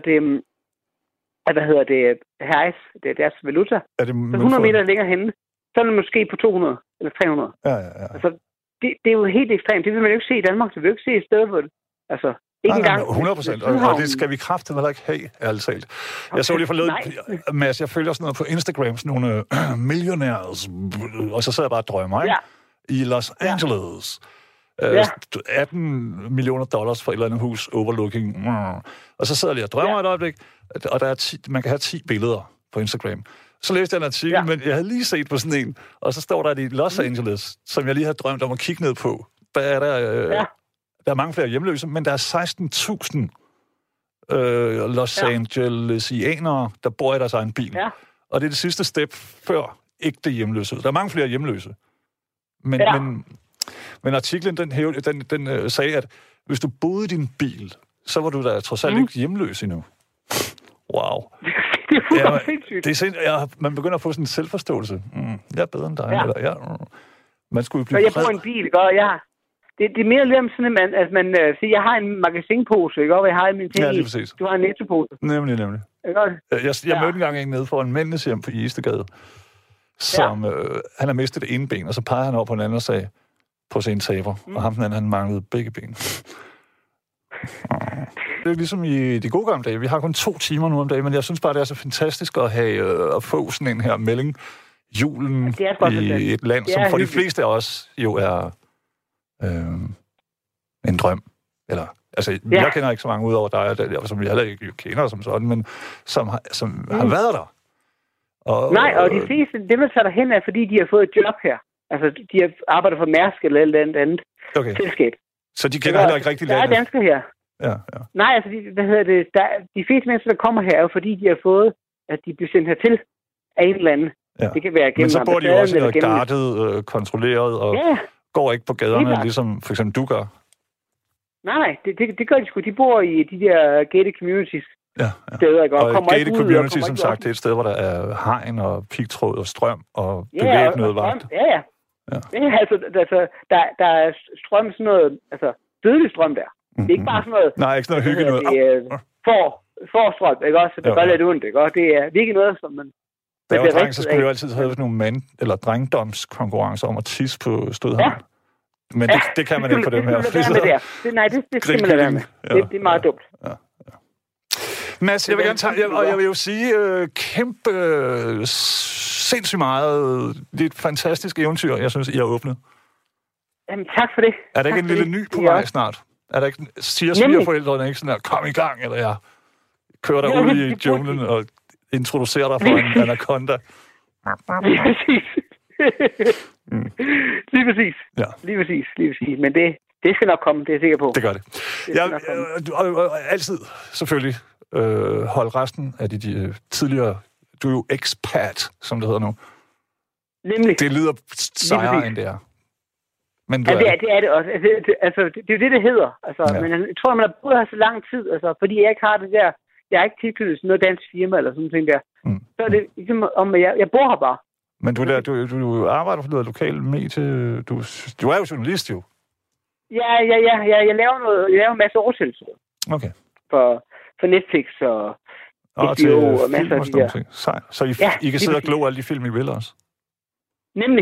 reais, det er deres valuta. Er det 100 meter længere henne, så er det måske på 200 eller 300. Ja. Altså, det er jo helt ekstremt. Det vil man jo ikke se i Danmark. Det vil jo ikke se et sted, hvor det... Altså, ikke engang... 100%, og det skal vi kraftigt heller ikke have, ærligt talt. Jeg så lige forleden, Mads, jeg følger sådan noget på Instagram, sådan nogle millionaires, og så sidder jeg bare og drømmer, ikke? I Los Angeles. 18 millioner dollars for et eller andet hus, overlooking. Og så sidder jeg lige og drømmer et øjeblik, og der er man kan have 10 billeder på Instagram. Så læste jeg en artikel, men jeg havde lige set på sådan en, og så står der, at i Los Angeles, som jeg lige havde drømt om at kigge ned på, der er der er mange flere hjemløse, men der er 16.000 Los Angelesianere, der bor i deres egen bil. Ja. Og det er det sidste step før ægte hjemløse. Der er mange flere hjemløse. Men artiklen, den sagde, at hvis du boede i din bil, så var du da trods alt ikke hjemløs endnu. Wow. Det er sindssygt. Man begynder at få sådan en selvforståelse. Jeg er bedre end dig. Ja. Eller, man skulle blive jeg bor i en bil, ikke? Og det er mere lidt sådan, at man siger, jeg har en magasinpose, ikke? Og jeg har min ting i. Du har en nettopose. Nemlig. Jeg mødte engang en nede for en Mændeshjem på Istegade, som han har mistet det ene ben, og så pegede han over på den anden og sagde, på sin taber, og ham den anden, han manglede begge ben. Det er ligesom i de gode gamle dage. Vi har kun 2 timer nu om dagen, men jeg synes bare, det er så fantastisk at få sådan en her melding. Julen i et land, som for de fleste af os jo er en drøm. Eller, altså, jeg kender ikke så mange ud over dig, som jeg heller ikke kender som sådan, men som har været der. Og de fleste, dem der tager derhen, er fordi, de har fået et job her. Altså, de har arbejdet for Mærsk eller et andet selskab. Så de kender heller ikke rigtig landet? Der er danskere her. Ja. Nej, altså, de fleste mennesker, der kommer her, er jo fordi, de har fået, at de bliver sendt hertil af en eller anden. Ja. Det kan være gennem. Men så bor de jo også guardet, kontrolleret, og går ikke på gaderne, ligesom for eksempel du gør. Nej, det gør de sgu. De bor i de der gated communities. Steder, ikke? Og gated community, som sagt, det er et sted, hvor der er hegn og pigtråd og strøm og bevæbnet vagt. Ja, altså, der er strøm, sådan noget, altså dødelig strøm der. Det er ikke bare sådan noget... Nej, ikke sådan noget hygge noget. Forstrøm, ikke også? Det gør lidt ondt, ikke også? Det er virkelig noget, som man Da jeg var dreng, så skulle vi jo altid have sådan nogle eller drengdomskonkurrencer om at tisse på stødhavn. Ja. Men det kan man ikke på dem her. Det skal man lade være med. Det er meget dumt. Ja. Mads, jeg vil gerne tage, og jeg vil jo sige kæmpe, sindssygt meget. Det er et fantastisk eventyr, jeg synes, I har åbnet. Jamen, tak for det. Er der ikke en lille ny på vej snart? Er der ikke, siger svigerforældrene ikke sådan her, kom i gang, eller jeg kører dig ud i junglen og introducerer dig for en anaconda? Lige præcis. Lige præcis. Ja. Lige præcis. Men det skal nok komme, det er jeg sikker på. Det gør det. Altid, selvfølgelig, hold resten af de tidligere... Du er jo expat, som det hedder nu. Nemlig. Det lyder sejere, end det er. Men det er det også. Det er jo det hedder. Men jeg tror, man har boet her så lang tid, fordi jeg ikke har det der... Jeg er ikke tilknyttet til noget dansk firma eller sådan noget der. Så er det ligesom om, jeg bor her bare. Men du arbejder for noget lokalt medie. Du er jo journalist, jo. Ja. Jeg laver en masse oversættelser. Okay. For Netflix og HBO og masser af de der. Så I kan sidde og glo alle de film, I vil også? Nemlig.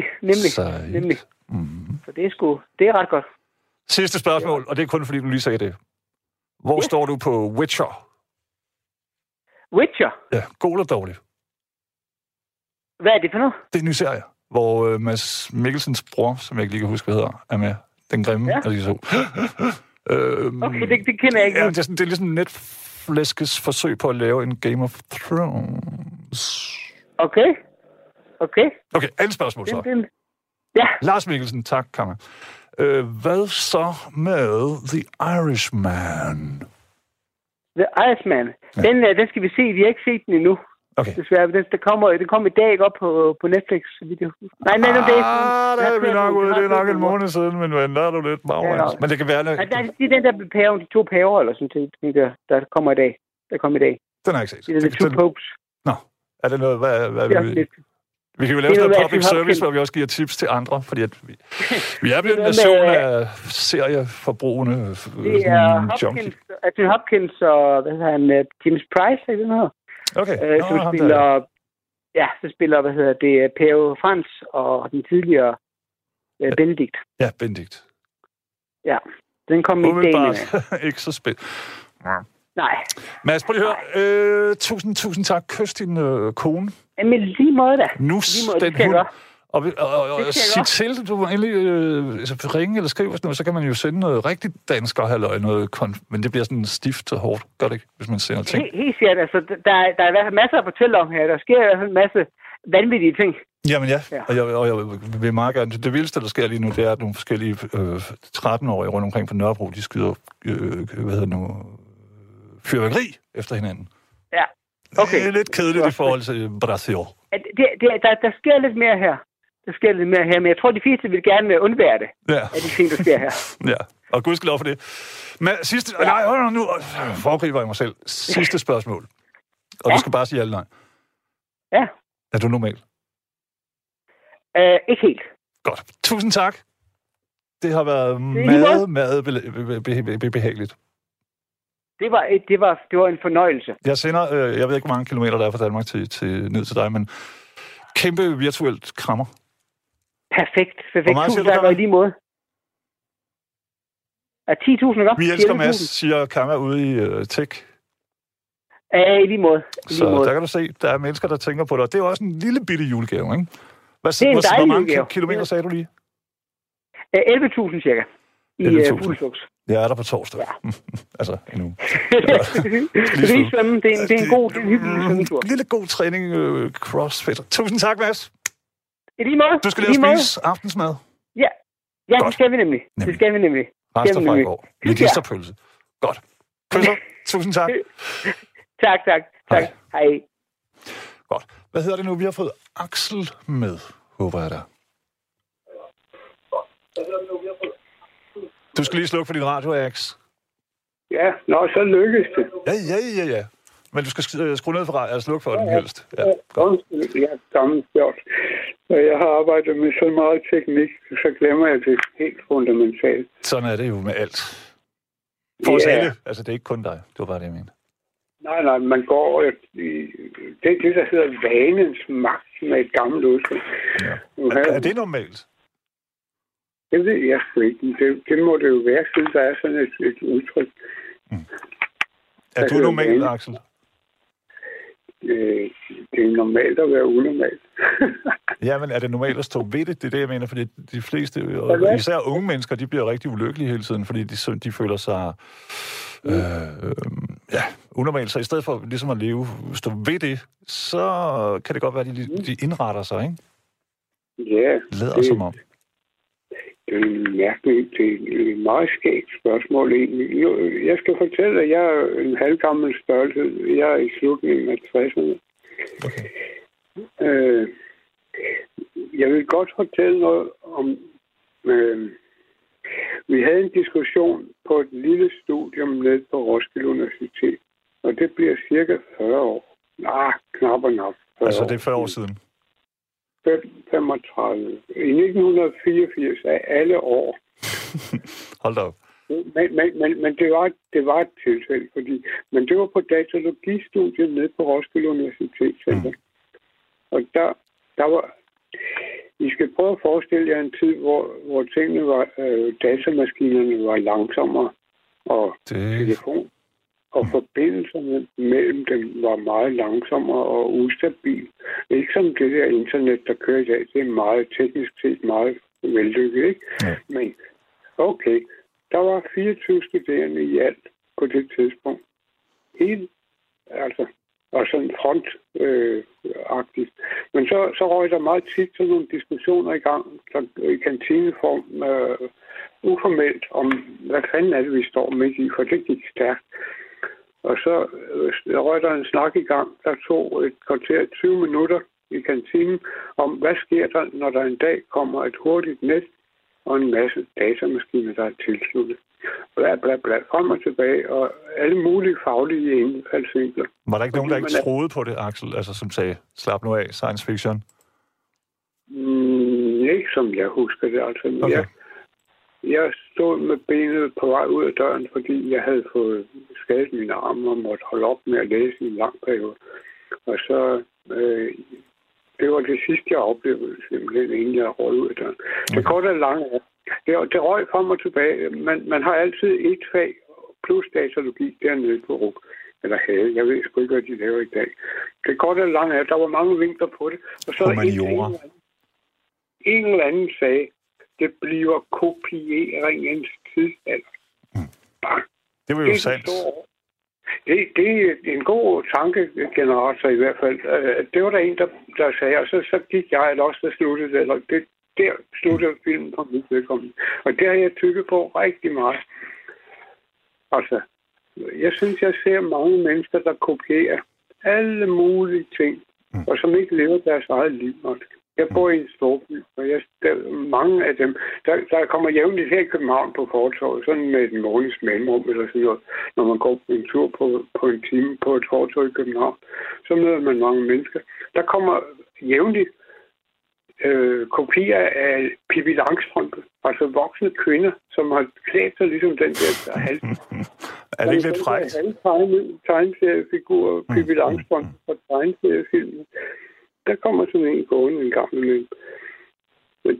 Så det er ret godt. Sidste spørgsmål, og det er kun fordi, du lige sagde det. Hvor står du på Witcher? Witcher? Ja, god eller dårligt? Hvad er det for noget? Det er en ny serie, hvor Mads Mikkelsens bror, som jeg ikke lige kan huske, hvad hedder, er med. Den grimme, altså så. Okay, det kender jeg ikke. Ja, det er ligesom Netflix's forsøg på at lave en Game of Thrones. Okay, andet spørgsmål så. Ja. Lars Mikkelsen, tak, Kammer. Hvad så med The Irishman? The Irishman? Ja. Den skal vi se. Vi har ikke set den endnu. Okay. Desværre. Den kom i dag ikke op på Netflix. Nej, det er nok en måned siden, men der er du lidt baglæns. Men det kan være... Det er den der pave, de 2 paver, eller sådan noget, der kommer i dag. Der kommer i dag. Den har jeg ikke set. Det er The 2 Popes. Nå, er det noget... Hvad vi kan jo lave noget public service, hvor vi også giver tips til andre, fordi at vi er blevet en nation af serieforbrugende junkie. Anthony Hopkins og, James Price, ikke den her? Okay. Så spiller, Pave Frans og den tidligere Benedikt. Ja, Benedikt. Ja, den kom i dag. Ikke så spændt. Nej. Mads, prøv lige at høre. Tusind tak. Kys din kone. Jamen lige måde da. Nu den hund. Og sig til, du må endelig ringe eller skrive sådan noget, så kan man jo sende noget rigtigt danskerhalløj, men det bliver sådan stift og hårdt, gør det ikke, hvis man sender ting? Helt sikkert, der er i hvert fald masser at fortælle om her. Der sker i hvert fald en masse vanvittige ting. Jamen ja. Og jeg vil meget gerne, det vildeste, der sker lige nu, det er, at nogle forskellige 13-årige rundt omkring på Nørrebro, de skyder, fyrværkeri efter hinanden. Ja, okay. Det er lidt kedeligt i forhold til Brasil. Der sker lidt mere her. Men jeg tror, de fleste vil gerne undvære det. Ja. Af de ting, der sker her. Ja, og gudskelov for det. Men sidste... Ja. Nej, nu foregriber jeg mig selv. Sidste spørgsmål. Og du skal bare sige alle nej. Ja. Er du normal? Ikke helt. Godt. Tusind tak. Det har været meget behageligt. Det var en fornøjelse. Jeg sender, jeg ved ikke, hvor mange kilometer der er fra Danmark ned til dig, men kæmpe virtuelt krammer. Perfekt. Tusind tak, og i lige måde. Er 10.000, ikke? Vi elsker Mads, siger Kammer ude i Tech. Ja, i lige måde. Så der kan du se, der er mennesker, der tænker på dig. Det er jo også en lille bitte julegave, ikke? Det er en dejlig Hvor mange julegave. kilometer sagde du lige? 11.000 cirka. I Fugleflugts. Jeg er der på torsdag. Ja. Altså, endnu. Det er en god, hyggelig svømmetur. En lille god træning, crossfit. Tusind tak, Mads. I lige måde. Du skal lige spise aftensmad. Ja, det skal vi nemlig. Rester fra i går. Medisterpølse. Godt. Kysser. Tusind tak. Tak. Hej. Godt. Hvad hedder det nu? Vi har fået Axel med, håber jeg da. Du skal lige slukke for din radio, Ax. Ja, så lykkes det. Ja. Men du skal skrue ned for radio, slukke for den helst. Ja, godt. Jeg er gammelt gjort. Når jeg har arbejdet med så meget teknik, så glemmer jeg det helt fundamentalt. Sådan er det jo med alt. For os alle. Altså, det er ikke kun dig. Det var bare det, jeg mente. Nej, man går Det er det, der hedder vanens magt med et gammelt udtryk. Ja. Er det normalt? Det ved jeg sgu ikke. Det må det jo være, siden der er sådan et udtryk. Er du normal, Axel? Det er normalt at være unormalt. Ja, men er det normalt at stå ved det? Det er det, jeg mener, fordi de fleste, især unge mennesker, de bliver rigtig ulykkelige hele tiden, fordi de føler sig unormalt. Så i stedet for ligesom at stå ved det, så kan det godt være, at de indretter sig, ikke? Ja. Lader som om. Det er mærkeligt. Det er et meget skægt spørgsmål egentlig. Jeg skal fortælle, at jeg er en halvgammel størrelse. Jeg er i slutningen af 60'erne. Okay. Jeg vil godt fortælle noget om... vi havde en diskussion på et lille studium nede på Roskilde Universitet. Og det bliver cirka 40 år. Knap og nok. Altså det er 40 år siden? 35. I 1984 af alle år. Hold da op. Men det var et tilfælde, men det var på datalogistudiet nede på Roskilde Universitet. Og der var... I skal prøve at forestille jer en tid, hvor tingene var... datamaskinerne var langsommere, og telefon og forbindelserne mellem dem var meget langsommere og ustabil. Ikke som det der internet, der kører i dag. Det er meget teknisk set meget vellykket, ikke? Ja. Men okay, der var 24 studerende i alt på det tidspunkt. Og sådan frontagtigt. Men så røg der meget tit sådan nogle diskussioner i gang, i kantineform, uformelt om, hvad fanden er det, vi står midt i, for det gik stærkt. Og så røg der en snak i gang, der tog et kvarter 20 minutter i kantinen, om hvad sker der, når der en dag kommer et hurtigt net og en masse datamaskiner, der er tilsluttet. Bla, bla, bla, frem og tilbage, og alle mulige faglige indfaldsvinkler. Var der ikke nogen, der ikke troede på det, Axel? Altså som sagde, slap nu af, science fiction? Ikke som jeg husker det, altså. Okay. Jeg stod med benet på vej ud af døren, fordi jeg havde fået skadet mine arme og måtte holde op med at læse i en lang periode. Og så, det var det sidste, jeg oplevede, simpelthen, inden jeg røg ud af døren. Okay. Det korte er langt af. Det røg frem og tilbage. Man har altid et fag plus datalogi dernede på RUC. Eller havde. Jeg ved sgu ikke, hvad de laver i dag. Det korte er langt af. Der var mange vinkler på det. Og så en eller anden sagde, det bliver kopieringens tidsalder. Det var jo sandt. Det er en god tankegenerator i hvert fald. Det var der en, der sagde, og så gik jeg, eller også der sluttede, eller det der sluttede filmen på mit vedkommende. Og det har jeg tykket på rigtig meget. Altså, jeg synes, jeg ser mange mennesker, der kopierer alle mulige ting, og som ikke lever deres eget liv. Jeg bor i en storby, og mange af dem, der kommer jævnligt her i København på fortorvet, sådan med en måneds mellemrum eller sådan noget, når man går en tur på en time på et fortorv i København, så møder man mange mennesker. Der kommer jævnligt kopier af Pippi Langstrømpe, altså voksne kvinder, som har klædt sig ligesom den der halv. Er det ikke lidt frækt? Tegneseriefigur Pippi Langstrømpe fra tegneseriefilmen. Der kommer sådan en gående en gang imellem. Men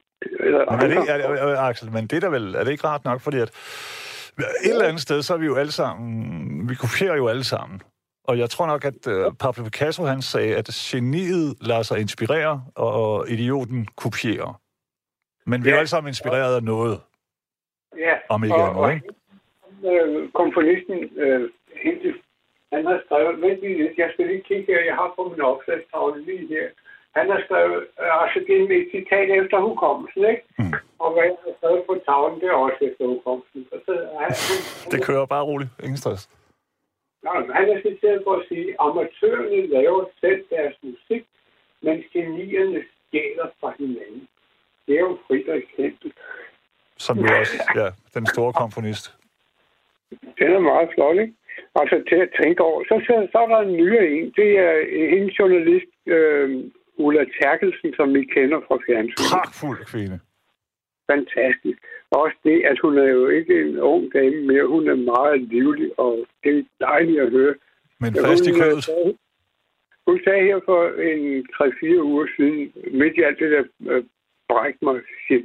Axel, men det er vel, er det ikke rart nok, fordi at et eller andet sted, så er vi jo alle sammen, vi kopierer jo alle sammen. Og jeg tror nok, at Pablo Picasso, han sagde, at geniet lader sig inspirere, og idioten kopierer. Men vi er alle sammen inspireret af noget. Ja. Om ikke andet, ikke? Komponisten, han har skrevet, vent lige lidt, jeg skal lige kigge her, jeg har på min opslagstavle lige her. Han har skrevet, altså det er et citat efter hukommelsen, ikke? Og hvad jeg har skrevet på tavlen, det er også efter hukommelsen. Det kører bare roligt, ingen stress. Han er citeret for at sige, amatørerne laver selv deres musik, mens genierne stjæler fra hinanden. Det er jo Friedrich Händel. Som jo også, ja, den store komponist. Den er meget flot, ikke? Altså til at tænke over. Så er der en nyere en. Det er en journalist, Ulla Terkelsen, som vi kender fra fjernsynet. Pragtfuld kvinde. Fantastisk. Også det, at hun er jo ikke en ung dame mere. Hun er meget livlig, og det er dejligt at høre. Men fast i kødet. Hun sagde her for en 3-4 uger siden, midt i alt det der Brexit.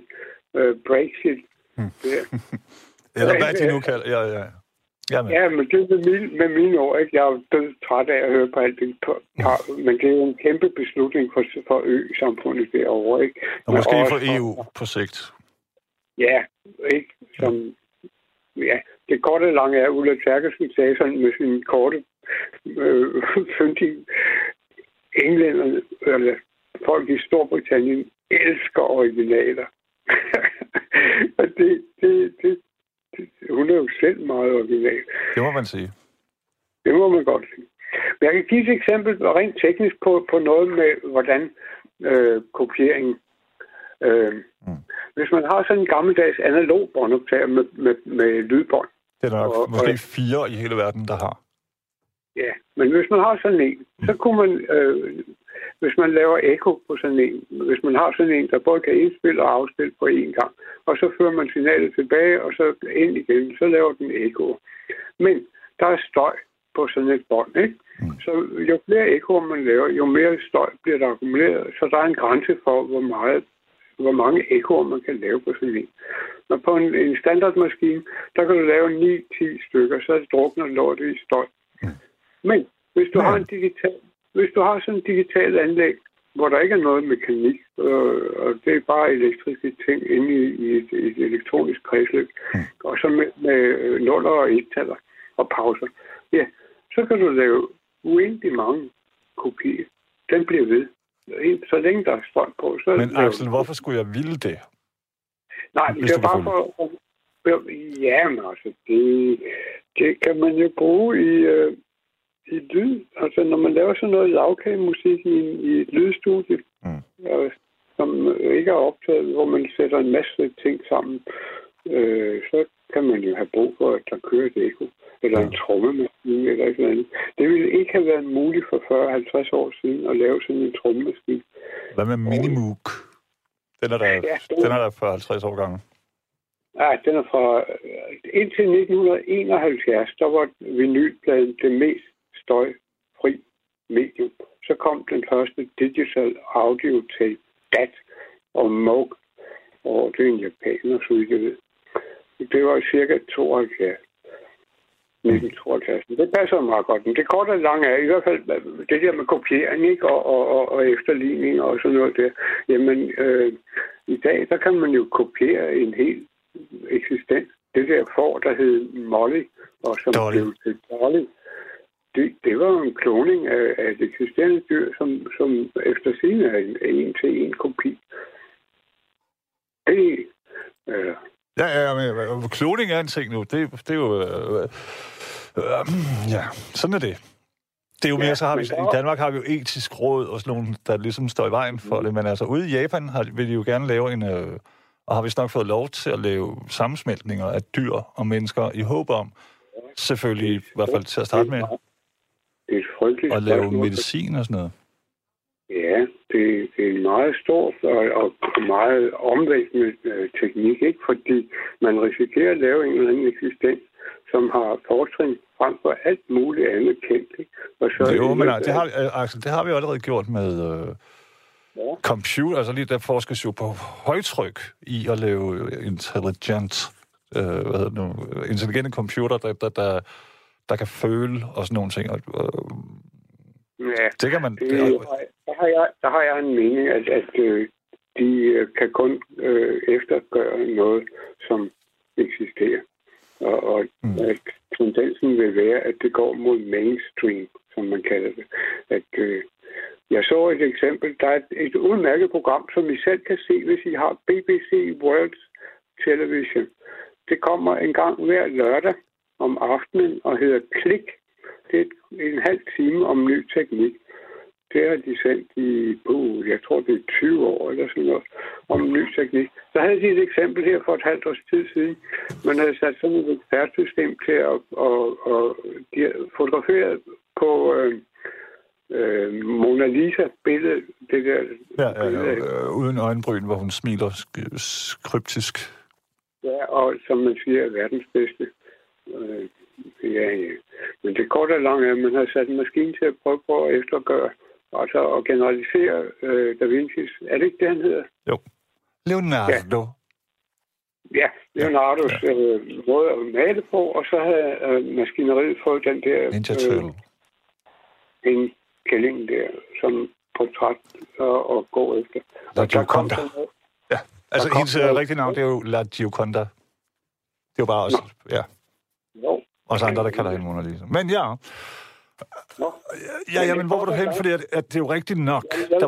Eller hvad de nu kalder. Ja. Ja, men det er med mine ord, ikke? Jeg er død træt af at høre på alt det. Men det er jo en kæmpe beslutning for ø-samfundet derovre, ikke? Og måske for EU på sigt. Ja, ikke? Som, ja, det korte lange er, Ulla Terkelsen sagde sådan med sin korte fyndige englænder, eller folk i Storbritannien, elsker originaler. Og det hun er jo selv meget original. Det må man sige. Det må man godt sige. Men jeg kan give et eksempel rent teknisk på noget med, hvordan kopiering. Hvis man har sådan en gammeldags analog båndoptager med lydbånd. Det er nok måske 4 i hele verden, der har. Ja, men hvis man har sådan en, så kunne man, hvis man laver ekko på sådan en, hvis man har sådan en, der både kan indspille og afspille på én gang, og så fører man signalet tilbage, og så ind igen, så laver den ekko. Men der er støj på sådan et bånd, ikke? Så jo flere ekkoer man laver, jo mere støj bliver der akkumuleret, så der er en grænse for, hvor mange ekkoer man kan lave på sådan en. Og på en standardmaskine, der kan du lave 9-10 stykker, så drukner lortet i støj. Men hvis du har sådan en digital anlæg, hvor der ikke er noget mekanik, og det er bare elektriske ting inde i et elektronisk kredsløb, og så med nuller og ettaller og pauser, ja, så kan du lave uendelig mange kopier. Den bliver ved. Så længe der er strøm på, så... Men Axel, hvorfor skulle jeg ville det? Nej, det er bare for... Ja, men altså, det kan man jo bruge i lyd. Altså, når man laver sådan noget lavkagemusik i et lydstudie, som ikke er optaget, hvor man sætter en masse ting sammen, så kan man jo have brug for, at der kører et ekko, eller en trommemaskine, eller et eller andet. Det ville ikke have været muligt for 40-50 år siden at lave sådan en trommemaskine. Hvad med Minimoog? Den er der for 50 år gammel. Ja, den er fra... Indtil 1971, der var vinylpladen det mest støjfri medium. Så kom den første digital audio tape, DAT og Moog. Og det er en japaner, så vidt jeg ved. Det var cirka 72. 1972. Det passer meget godt. Men det korte og lange er i hvert fald det der med kopiering, ikke? Og efterligning og sådan noget der. Jamen, i dag, der kan man jo kopiere en hel eksistens. Det der får, der hed Molly, og som blev til Dolly, det var en kloning af et eksisterende dyr, som efter sin er en til en kopi. Men kloning er en ting nu. Det er jo... ja, sådan er det. Det er jo mere, så har vi... I Danmark har vi jo etisk råd og sådan nogle, der ligesom står i vejen for det. Men altså, ude i Japan vil de jo gerne lave en... og har vist nok fået lov til at lave sammensmeltninger af dyr og mennesker i håb om, selvfølgelig i hvert fald til at starte med, at lave medicin og sådan noget. Ja, det er en meget stor og meget omvæltende teknik, ikke? Fordi man risikerer at lave en eller anden eksistens, som har fortrin frem for alt muligt andet kendt. Ikke? Og så jo, men Axel, det har vi jo allerede gjort med computer. Altså lige der forskes jo på højtryk i at lave intelligente computer, der kan føle og sådan nogle ting. Ja, det kan man... Der har jeg en mening, at de kan kun eftergøre noget, som eksisterer. Og at tendensen vil være, at det går mod mainstream, som man kalder det. Jeg så et eksempel. Der er et udmærket program, som I selv kan se, hvis I har BBC World Television. Det kommer en gang hver lørdag om aftenen og hedder Klik. Det er en halv time om ny teknik. Det har de sendt jeg tror det er 20 år eller sådan noget, om ny teknik. Så havde de et eksempel her for et halvt års tid siden. Man havde sat sådan et ekspertsystem til at fotografere på Mona Lisa-billede. Det der uden øjenbryn, hvor hun smiler kryptisk. Ja, og som man siger, er verdens bedste. Ja. Men det korte og lange er, at man har sat en maskine til at prøve på at eftergøre Altså at generalisere Da Vinci's. Er det ikke det, han hedder? Jo. Leonardo. Ja, Leonardos måde at male på, og så havde maskineriet fået den der... Ninja Turtle. En kælling der, som portræt og gå efter. La Gioconda. Ja, altså hendes rigtige navn, det er jo La Gioconda. Det er jo bare også... Ja. Jo. Også andre, der kalder hende Mona Lisa. Men ja... Ja, men hvor var du hen? Fordi at det er jo rigtigt nok.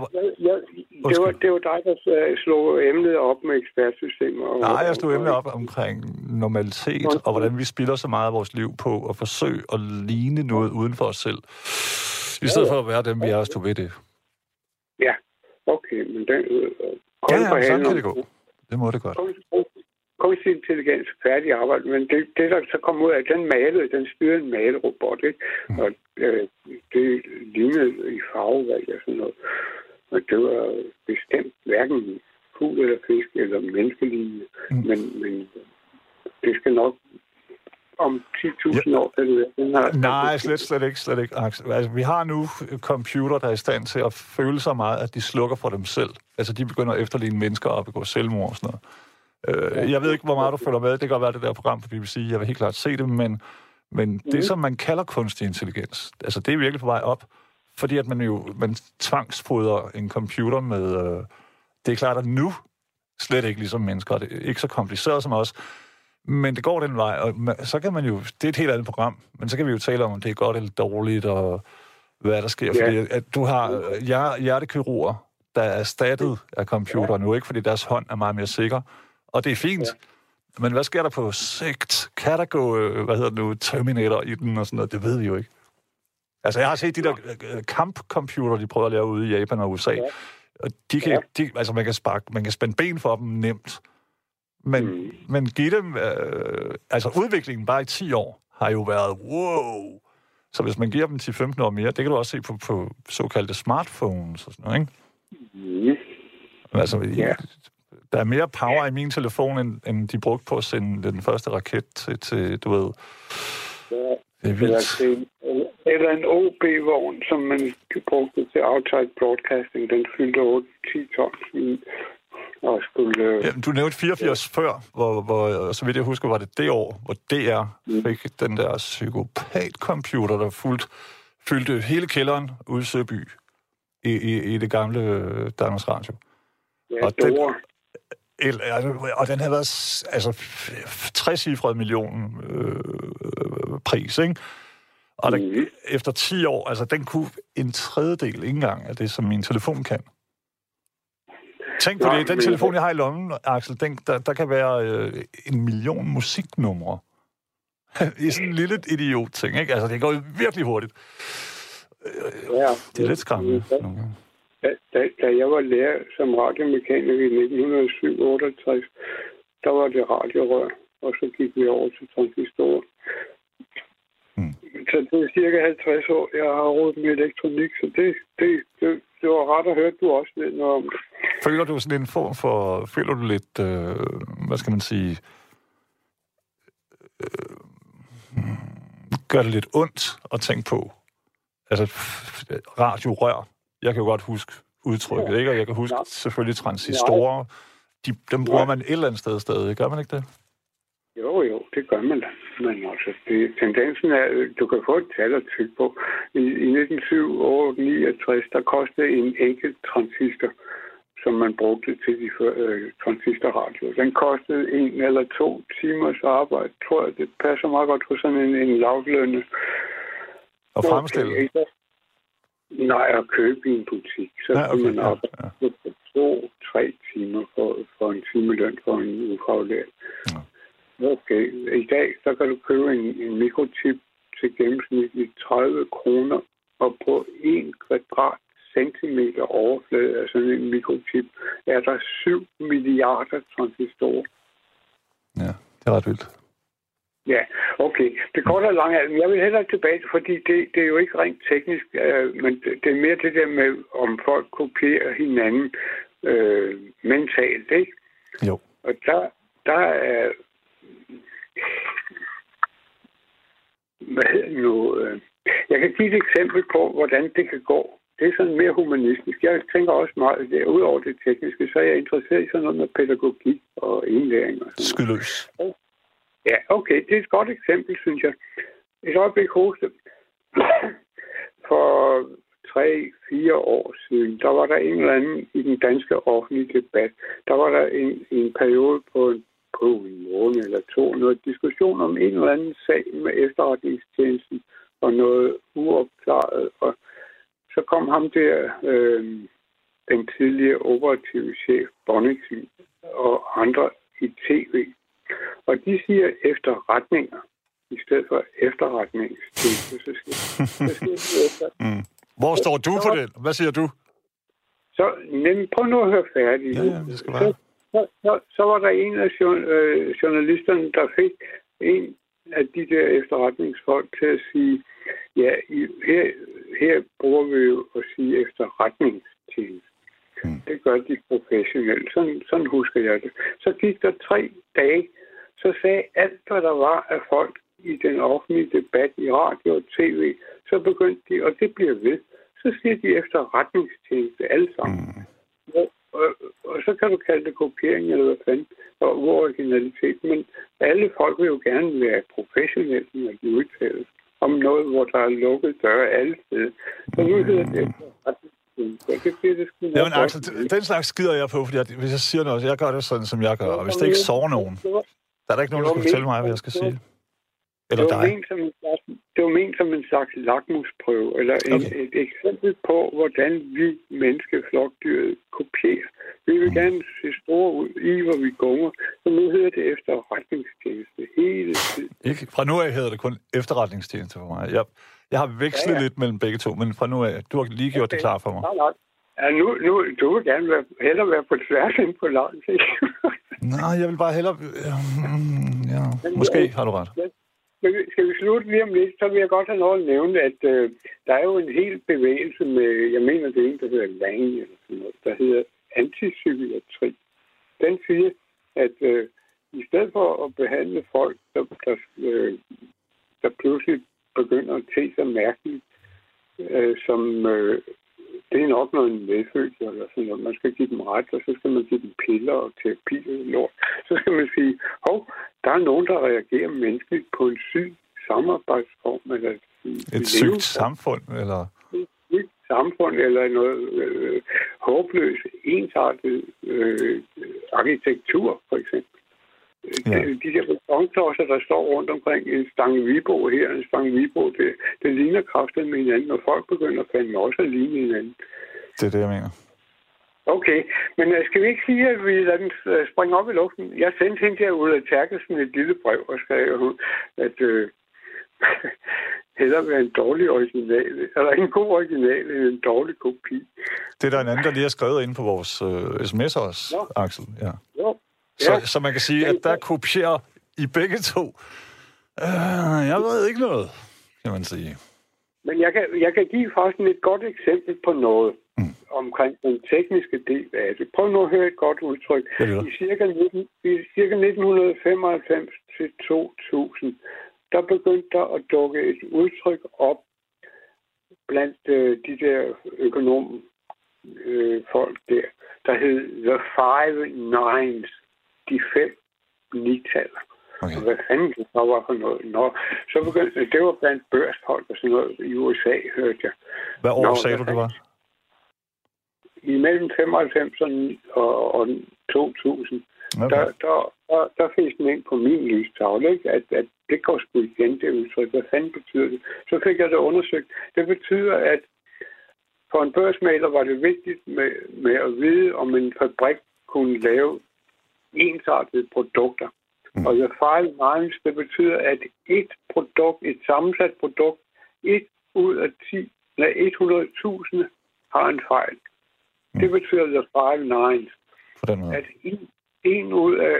Det var dig, der slog emnet op med ekspertsystemer. Nej, jeg slog emnet op omkring normalitet, og hvordan vi spilder så meget af vores liv på at forsøge at ligne noget uden for os selv. I stedet for at være dem, vi er, stå ved det. Ja, okay, men den... Ja, sådan kan det gå. Det må det godt. Kunstig intelligens færdig arbejde, men det der så kom ud af, den styrede en malerobot, ikke? Og det lignede i farvevalg og sådan noget. Og det var bestemt hverken fugl eller fisk eller menneskelignende, men det skal nok om 10.000 år, Nej, slet ikke. Altså, vi har nu computer, der er i stand til at føle så meget, at de slukker for dem selv. Altså, de begynder at efterligne mennesker og begå selvmord og sådan noget. Jeg ved ikke, hvor meget du følger med. Det kan godt være det der program på BBC. Jeg vil helt klart se det, men det, som man kalder kunstig intelligens, altså det er virkelig på vej op, fordi at man tvangsfodrer en computer med... det er klart, at nu slet ikke ligesom mennesker, det er ikke så kompliceret som os, men det går den vej, og så kan man jo... Det er et helt andet program, men så kan vi jo tale om det er godt eller dårligt, og hvad der sker, fordi at du har hjertekirurger, der er erstattet af computer nu, ikke fordi deres hånd er meget mere sikker. Og det er fint. Ja. Men hvad sker der på sigt? Kan der gå, Terminator i den og sådan noget? Det ved vi jo ikke. Altså, jeg har set de der kampcomputer, de prøver at lave ude i Japan og USA. Ja. Og altså, man kan spænde ben for dem nemt. Men give dem... altså, udviklingen bare i 10 år har jo været wow. Så hvis man giver dem 10-15 år mere, det kan du også se på såkaldte smartphones og sådan noget, ikke? Altså, der er mere power i min telefon, end de brugte på at sende den første raket til du ved... Det er vildt. Eller en OB-vogn, som man brugte til outside broadcasting. Den fyldte 8-10 tons og skulle... Ja, du nævnte 84 før, hvor så vidt jeg husker, var det år, hvor DR fik den der psykopat-computer, der fyldte hele kælderen ude i Søby i det gamle Danmarks Radio. Ja, og den havde været 3-cifret million pris, ikke? Og efter 10 år, altså den kunne en tredjedel ikke engang af det, som min telefon kan. Tænk på det, den telefon, jeg har i lommen, Axel, der kan være 1 million musiknumre. I sådan en lille idiot-ting, ikke? Altså, det går jo virkelig hurtigt. Det er lidt skræmmende nogle gange. Da jeg var lærer som radiomekaniker i 1967, der var det radiorør, og så gik vi over til transistorer. Så det er cirka 50 år, jeg har rodet med elektronik, så det var ret at høre, at du også ved noget om det. Føler du sådan en form for... Føler du lidt, hvad skal man sige... gør det lidt ondt at tænke på? Altså, radiorør. Jeg kan jo godt huske udtrykket, ikke? Og jeg kan huske selvfølgelig transistorer. Dem bruger man et eller andet sted stadig, gør man ikke det? Jo, det gør man da. Men altså, tendensen er, du kan få et tal at tykke på. I 1969, der kostede en enkelt transistor, som man brugte til de transistorradioer. Den kostede 1 eller 2 timers arbejde, tror jeg. Det passer meget godt på sådan en lavtlønne. Og fremstille? Nej, at købe i en butik. Så kan man arbejde 2-3 timer for en timeløn for en ufaglært. Ja. Okay. I dag, så kan du købe en mikrochip til gennemsnitligt 30 kroner, og på 1 kvadratcentimeter overflade af sådan en mikrochip er der 7 milliarder transistorer. Ja, det er ret vildt. Ja, okay. Det går da langt af. Men jeg vil hellere tilbage, fordi det er jo ikke rent teknisk, men det er mere det der med, om folk kopierer hinanden mentalt, ikke? Jo. Og der er... Hvad hedder nu? Jeg kan give et eksempel på, hvordan det kan gå. det er sådan mere humanistisk. Jeg tænker også meget, at udover det tekniske, så er jeg interesseret i sådan noget med pædagogik og indlæring. Og Skyløs. Ja, okay. Det er et godt eksempel, synes jeg. Et øjeblik hoste. For 3-4 år siden, der var der en eller anden i den danske offentlige debat. Der var der en periode på en måned eller to, noget diskussion om en eller anden sag med efterretningstjenesten og noget uopklaret. Og så kom ham der, den tidligere operative chef, Bonnesen og andre i tv. Og de siger efterretninger i stedet for efterretningstjeneste. Hvor står du for det? Hvad siger du? Så prøv nu at høre færdigt. Ja, det skal være. Så var der en af journalisterne, der fik en af de der efterretningsfolk til at sige, ja, her bruger vi jo at sige efterretningstjeneste. Det gør de professionelt. Sådan husker jeg det. Så gik der 3 dage, så sagde alt, hvad der var af folk i den offentlige debat i radio og tv, så begyndte de, og det bliver ved, så siger de efterretningstjeneste alle sammen. Og så kan du kalde det kopiering, eller hvad fanden, og uoriginalitet, men alle folk vil jo gerne være professionelle, når de udtaler om noget, hvor der er lukket døre alle steder. Så nu hedder det efterretningstjeneste. Jamen, Axel, den slags skider jeg på, fordi hvis jeg siger noget, jeg gør det sådan, som jeg gør, og hvis det ikke sover nogen, der er der ikke nogen, der skal fortælle mig, hvad jeg skal sige. Eller dig. Det var ment som en slags lakmusprøve, eller et eksempel på, hvordan vi menneskeflokdyret kopierer. Vi vil gerne se store ud i, hvor vi går, så nu hedder det efterretningstjeneste hele tiden. Ikke? Fra nu af hedder det kun efterretningstjeneste for mig. Jeg har vekslet lidt mellem begge to, men fra nu af, du har lige gjort det klart for mig. Ja, nu, du vil gerne hellere være på tværs end på langt. Nej, jeg vil bare hellere... måske har du ret. Skal vi slutte lige om lidt, så vil jeg godt have noget at nævne, at der er jo en hel bevægelse med, jeg mener det er en, der hedder Lang, eller sådan noget, der hedder antipsykiatri. Den siger, at i stedet for at behandle folk, der pludselig begynder at te sig mærkeligt, som det er nok noget medfødt, eller sådan noget. Man skal give dem ret, og så skal man give dem piller og terapi og lort. Så skal man sige, der er nogen, der reagerer menneskeligt på en syg samarbejdsform, eller et sygt samfund, eller... Et sygt samfund, eller noget håbløs, ensartet arkitektur, for eksempel. Ja. De der betonklodser, der står rundt omkring en stange Vibo her, en stange Vibo, det ligner kraftigt med hinanden, og folk begynder fandme også at ligne hinanden. Det er det, jeg mener. Okay, men skal vi ikke sige, at vi lader den springe op i luften? Jeg sendte hende der ud af Terkelsen et lille brev, og skrev, at hellere være en dårlig original, eller en god original end en dårlig kopi. Det er der en anden, der lige har skrevet ind på vores sms'er også, Axel. Ja. Jo. Så man kan sige, at der kopierer I begge to. Jeg ved ikke noget, kan man sige. Men jeg kan give faktisk et godt eksempel på noget omkring den tekniske del af det. Prøv nu at høre et godt udtryk. I cirka 1995 til 2000, der begyndte der at dukke et udtryk op blandt de der økonomfolk der hed The Five Nines. De 5 9-taller. Okay. Hvad fanden det så var for noget? Så begyndte det var blandt børsfolk og sådan noget i USA, hørte jeg. Hvad år sagde du, det var? Imellem 95 og 2000, okay. der fik den ind på min lystavle, ikke? At det går sgu igen, det udtryk. Hvad fanden betyder det? Så fik jeg det undersøgt. Det betyder, at for en børsmægler var det vigtigt med at vide, om en fabrik kunne lave ensartede produkter. Og the five nines, det betyder, at et sammensat produkt, 1 ud af 10, eller 100.000 har en fejl. Det betyder the five nines. At 1 ud af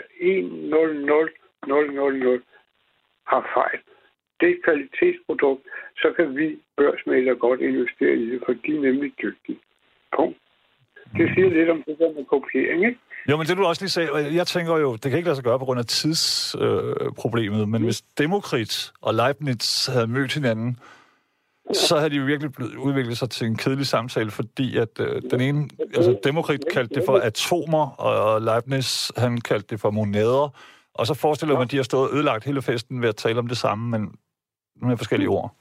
100.000 har fejl. Det er et kvalitetsprodukt, så kan vi børsmæglere godt investere i det, for de er nemlig dygtige. Punkt. Det siger lidt om det der med kopiering, ikke? Jo, men det du også lige sagde, jeg tænker jo, det kan ikke lade sig gøre på grund af tidsproblemet, men hvis Demokrit og Leibniz havde mødt hinanden så havde de jo virkelig udviklet sig til en kedelig samtale, fordi at den ene, altså Demokrit kaldte det for atomer, og Leibniz, han kaldte det for monader, og så forestiller man, at de har stået ødelagt hele festen ved at tale om det samme, men med forskellige ord.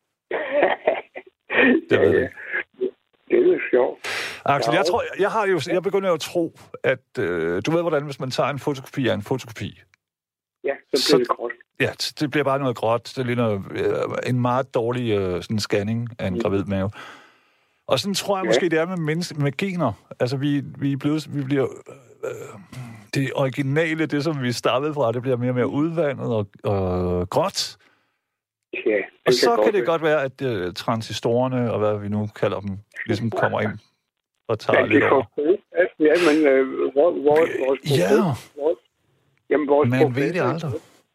Det ved jeg. Det er jo sjovt. Axel, jeg begynder jo at tro, at du ved, hvordan hvis man tager en fotokopi af en fotokopi. Ja, så bliver det gråt. Ja, det bliver bare noget gråt. Det ligner en meget dårlig sådan scanning af en gravid mave. Og sådan tror jeg måske, det er med gener. Altså, vi bliver det originale, det som vi startede fra, det bliver mere og mere udvandet og gråt. Ja, og så kan det godt være, at transistorerne, og hvad vi nu kalder dem, ligesom kommer ind og tager lidt over. Ja, men vores man ved det aldrig.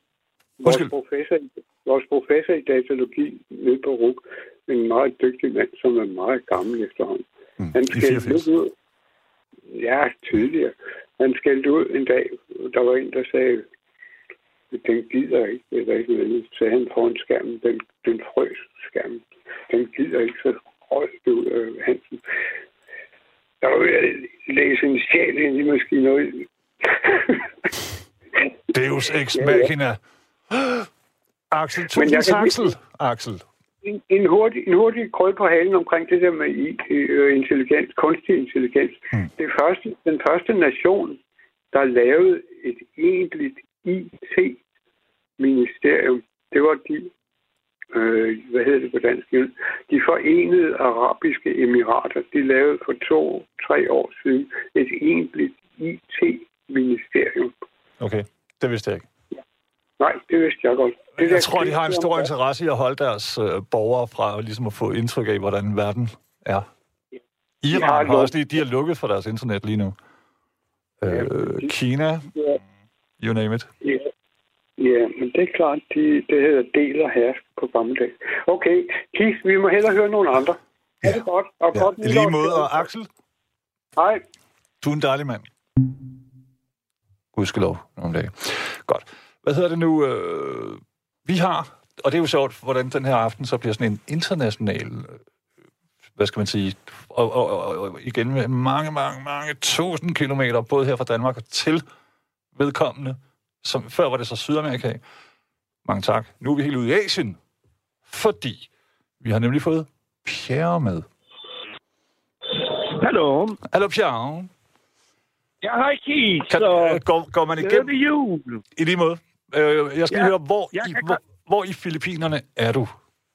Vores professor i datalogi nede på RUC, en meget dygtig mand, som er meget gammel efterhånden. Han skældte ud. Ja, tydeligere. Han skældte ud en dag. Der var en, der sagde, den gider ikke, eller ikke noget. Så han foran skærmen, den frøs skærmen. Den gider ikke, så røg det ud af Hansen. Der var ved at læse en sjæl ind i maskinen. Deus ex machina. Axel, tusind Axel. En hurtig krøl på halen omkring det der med intelligens, kunstig intelligens. Den første nation, der lavede et egentligt IT-ministerium, det var de, hvad hedder det på dansk? De Forenede Arabiske Emirater. De lavede for 2-3 år siden et egentligt IT-ministerium. Okay, det vidste jeg ikke. Nej, det vidste jeg godt. Jeg tror, de har en stor interesse i at holde deres borgere fra ligesom at få indtryk af, hvordan verden er. Iran har også de har lukket for deres internet lige nu. Kina, you name it. Ja, men det er klart, det hedder del og hersk på gammeldags. Okay, Keith, vi må hellere høre nogle andre. Ja. Er det godt? Og godt i lige måde, og Axel? Hej. Du er en dejlig mand. Gudskelov nogle dage. Godt. Hvad hedder det nu? Vi har, og det er jo sjovt, hvordan den her aften så bliver sådan en international, hvad skal man sige, og igen med mange tusind kilometer, både her fra Danmark og til vedkommende, som før var det så Sydamerika. Mange tak. Nu er vi helt ude i Asien, fordi vi har nemlig fået Pierre med. Hallo. Hallo, Pierre. Ja, hej, Keith. Går man igennem? Det er jul. I lige måde. Jeg skal høre, hvor i Filippinerne er du?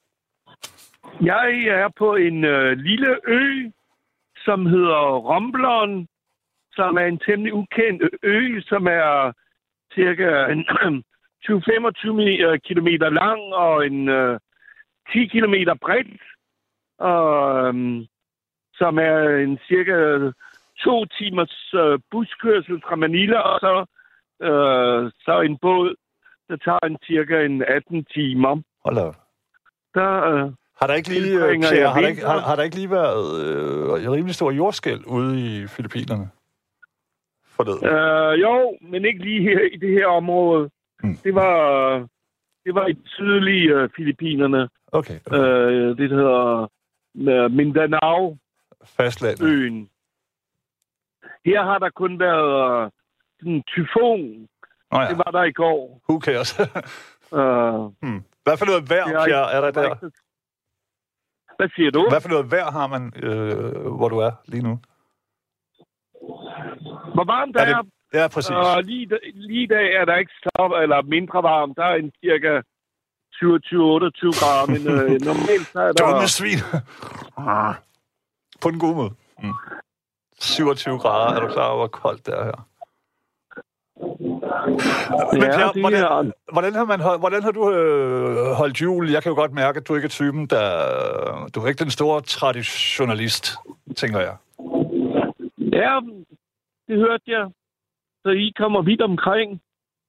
Jeg er på en lille ø, som hedder Romblon, som er en temmelig ukendt ø, som er cirka 20-25 kilometer lang og en 10 kilometer bredt, og som er en cirka 2 timers buskørsel fra Manila, og så en båd, der tager en cirka 18 timer. Hold op. Har der ikke lige, Pierre, har der ikke lige været en rimelig stor jordskælv ude i Filippinerne? Jo, men ikke lige her i det her område. Det var i det sydlige Filippinerne. Okay. Det hedder Mindanao. Fastlandet. Øen. Her har der kun været en tyfon. Oh, ja. Det var der i går. Who cares? Hvad for noget vejr, Pierre, er der der? Hvad siger du? Hvad for noget vejr har man, hvor du er lige nu? Hvor varmt der er? Ja, præcis. Lige i dag er der ikke eller mindre varmt. Der er en cirka 27-28 grader, men normalt så er der... Dumme svin! På den gode måde. 27 grader, er du klar over, hvor koldt det er her? Men Pierre, hvordan har du holdt jul? Jeg kan jo godt mærke, at du ikke er typen, du er ikke den store traditionalist, tænker jeg. Ja, det hørte jeg. Så I kommer vidt omkring.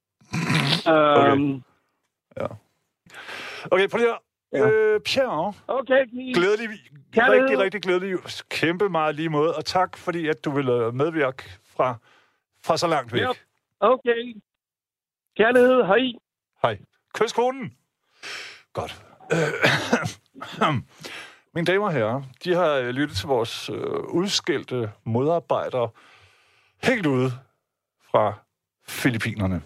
Okay. Ja. Okay, prøv lige Pierre. Okay. Glædelig, rigtig glædelig. Kæmpe meget lige måde, og tak fordi, at du vil medvirke fra så langt væk. Ja. Okay. Kærlighed, hej. Hej. Kys konen. Godt. Mine damer og herrer, de har lyttet til vores udskilte modarbejdere helt ude fra Filippinerne.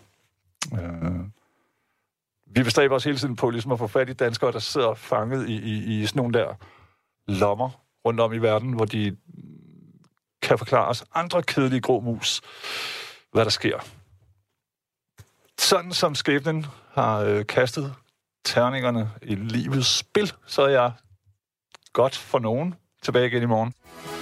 Vi bestræber os hele tiden på ligesom at få fat i danskere, der sidder fanget i sådan nogle der lommer rundt om i verden, hvor de kan forklare os andre kedelige grå mus, hvad der sker. Sådan som skæbnen har kastet terningerne i livets spil, så er jeg godt for nogen tilbage igen i morgen.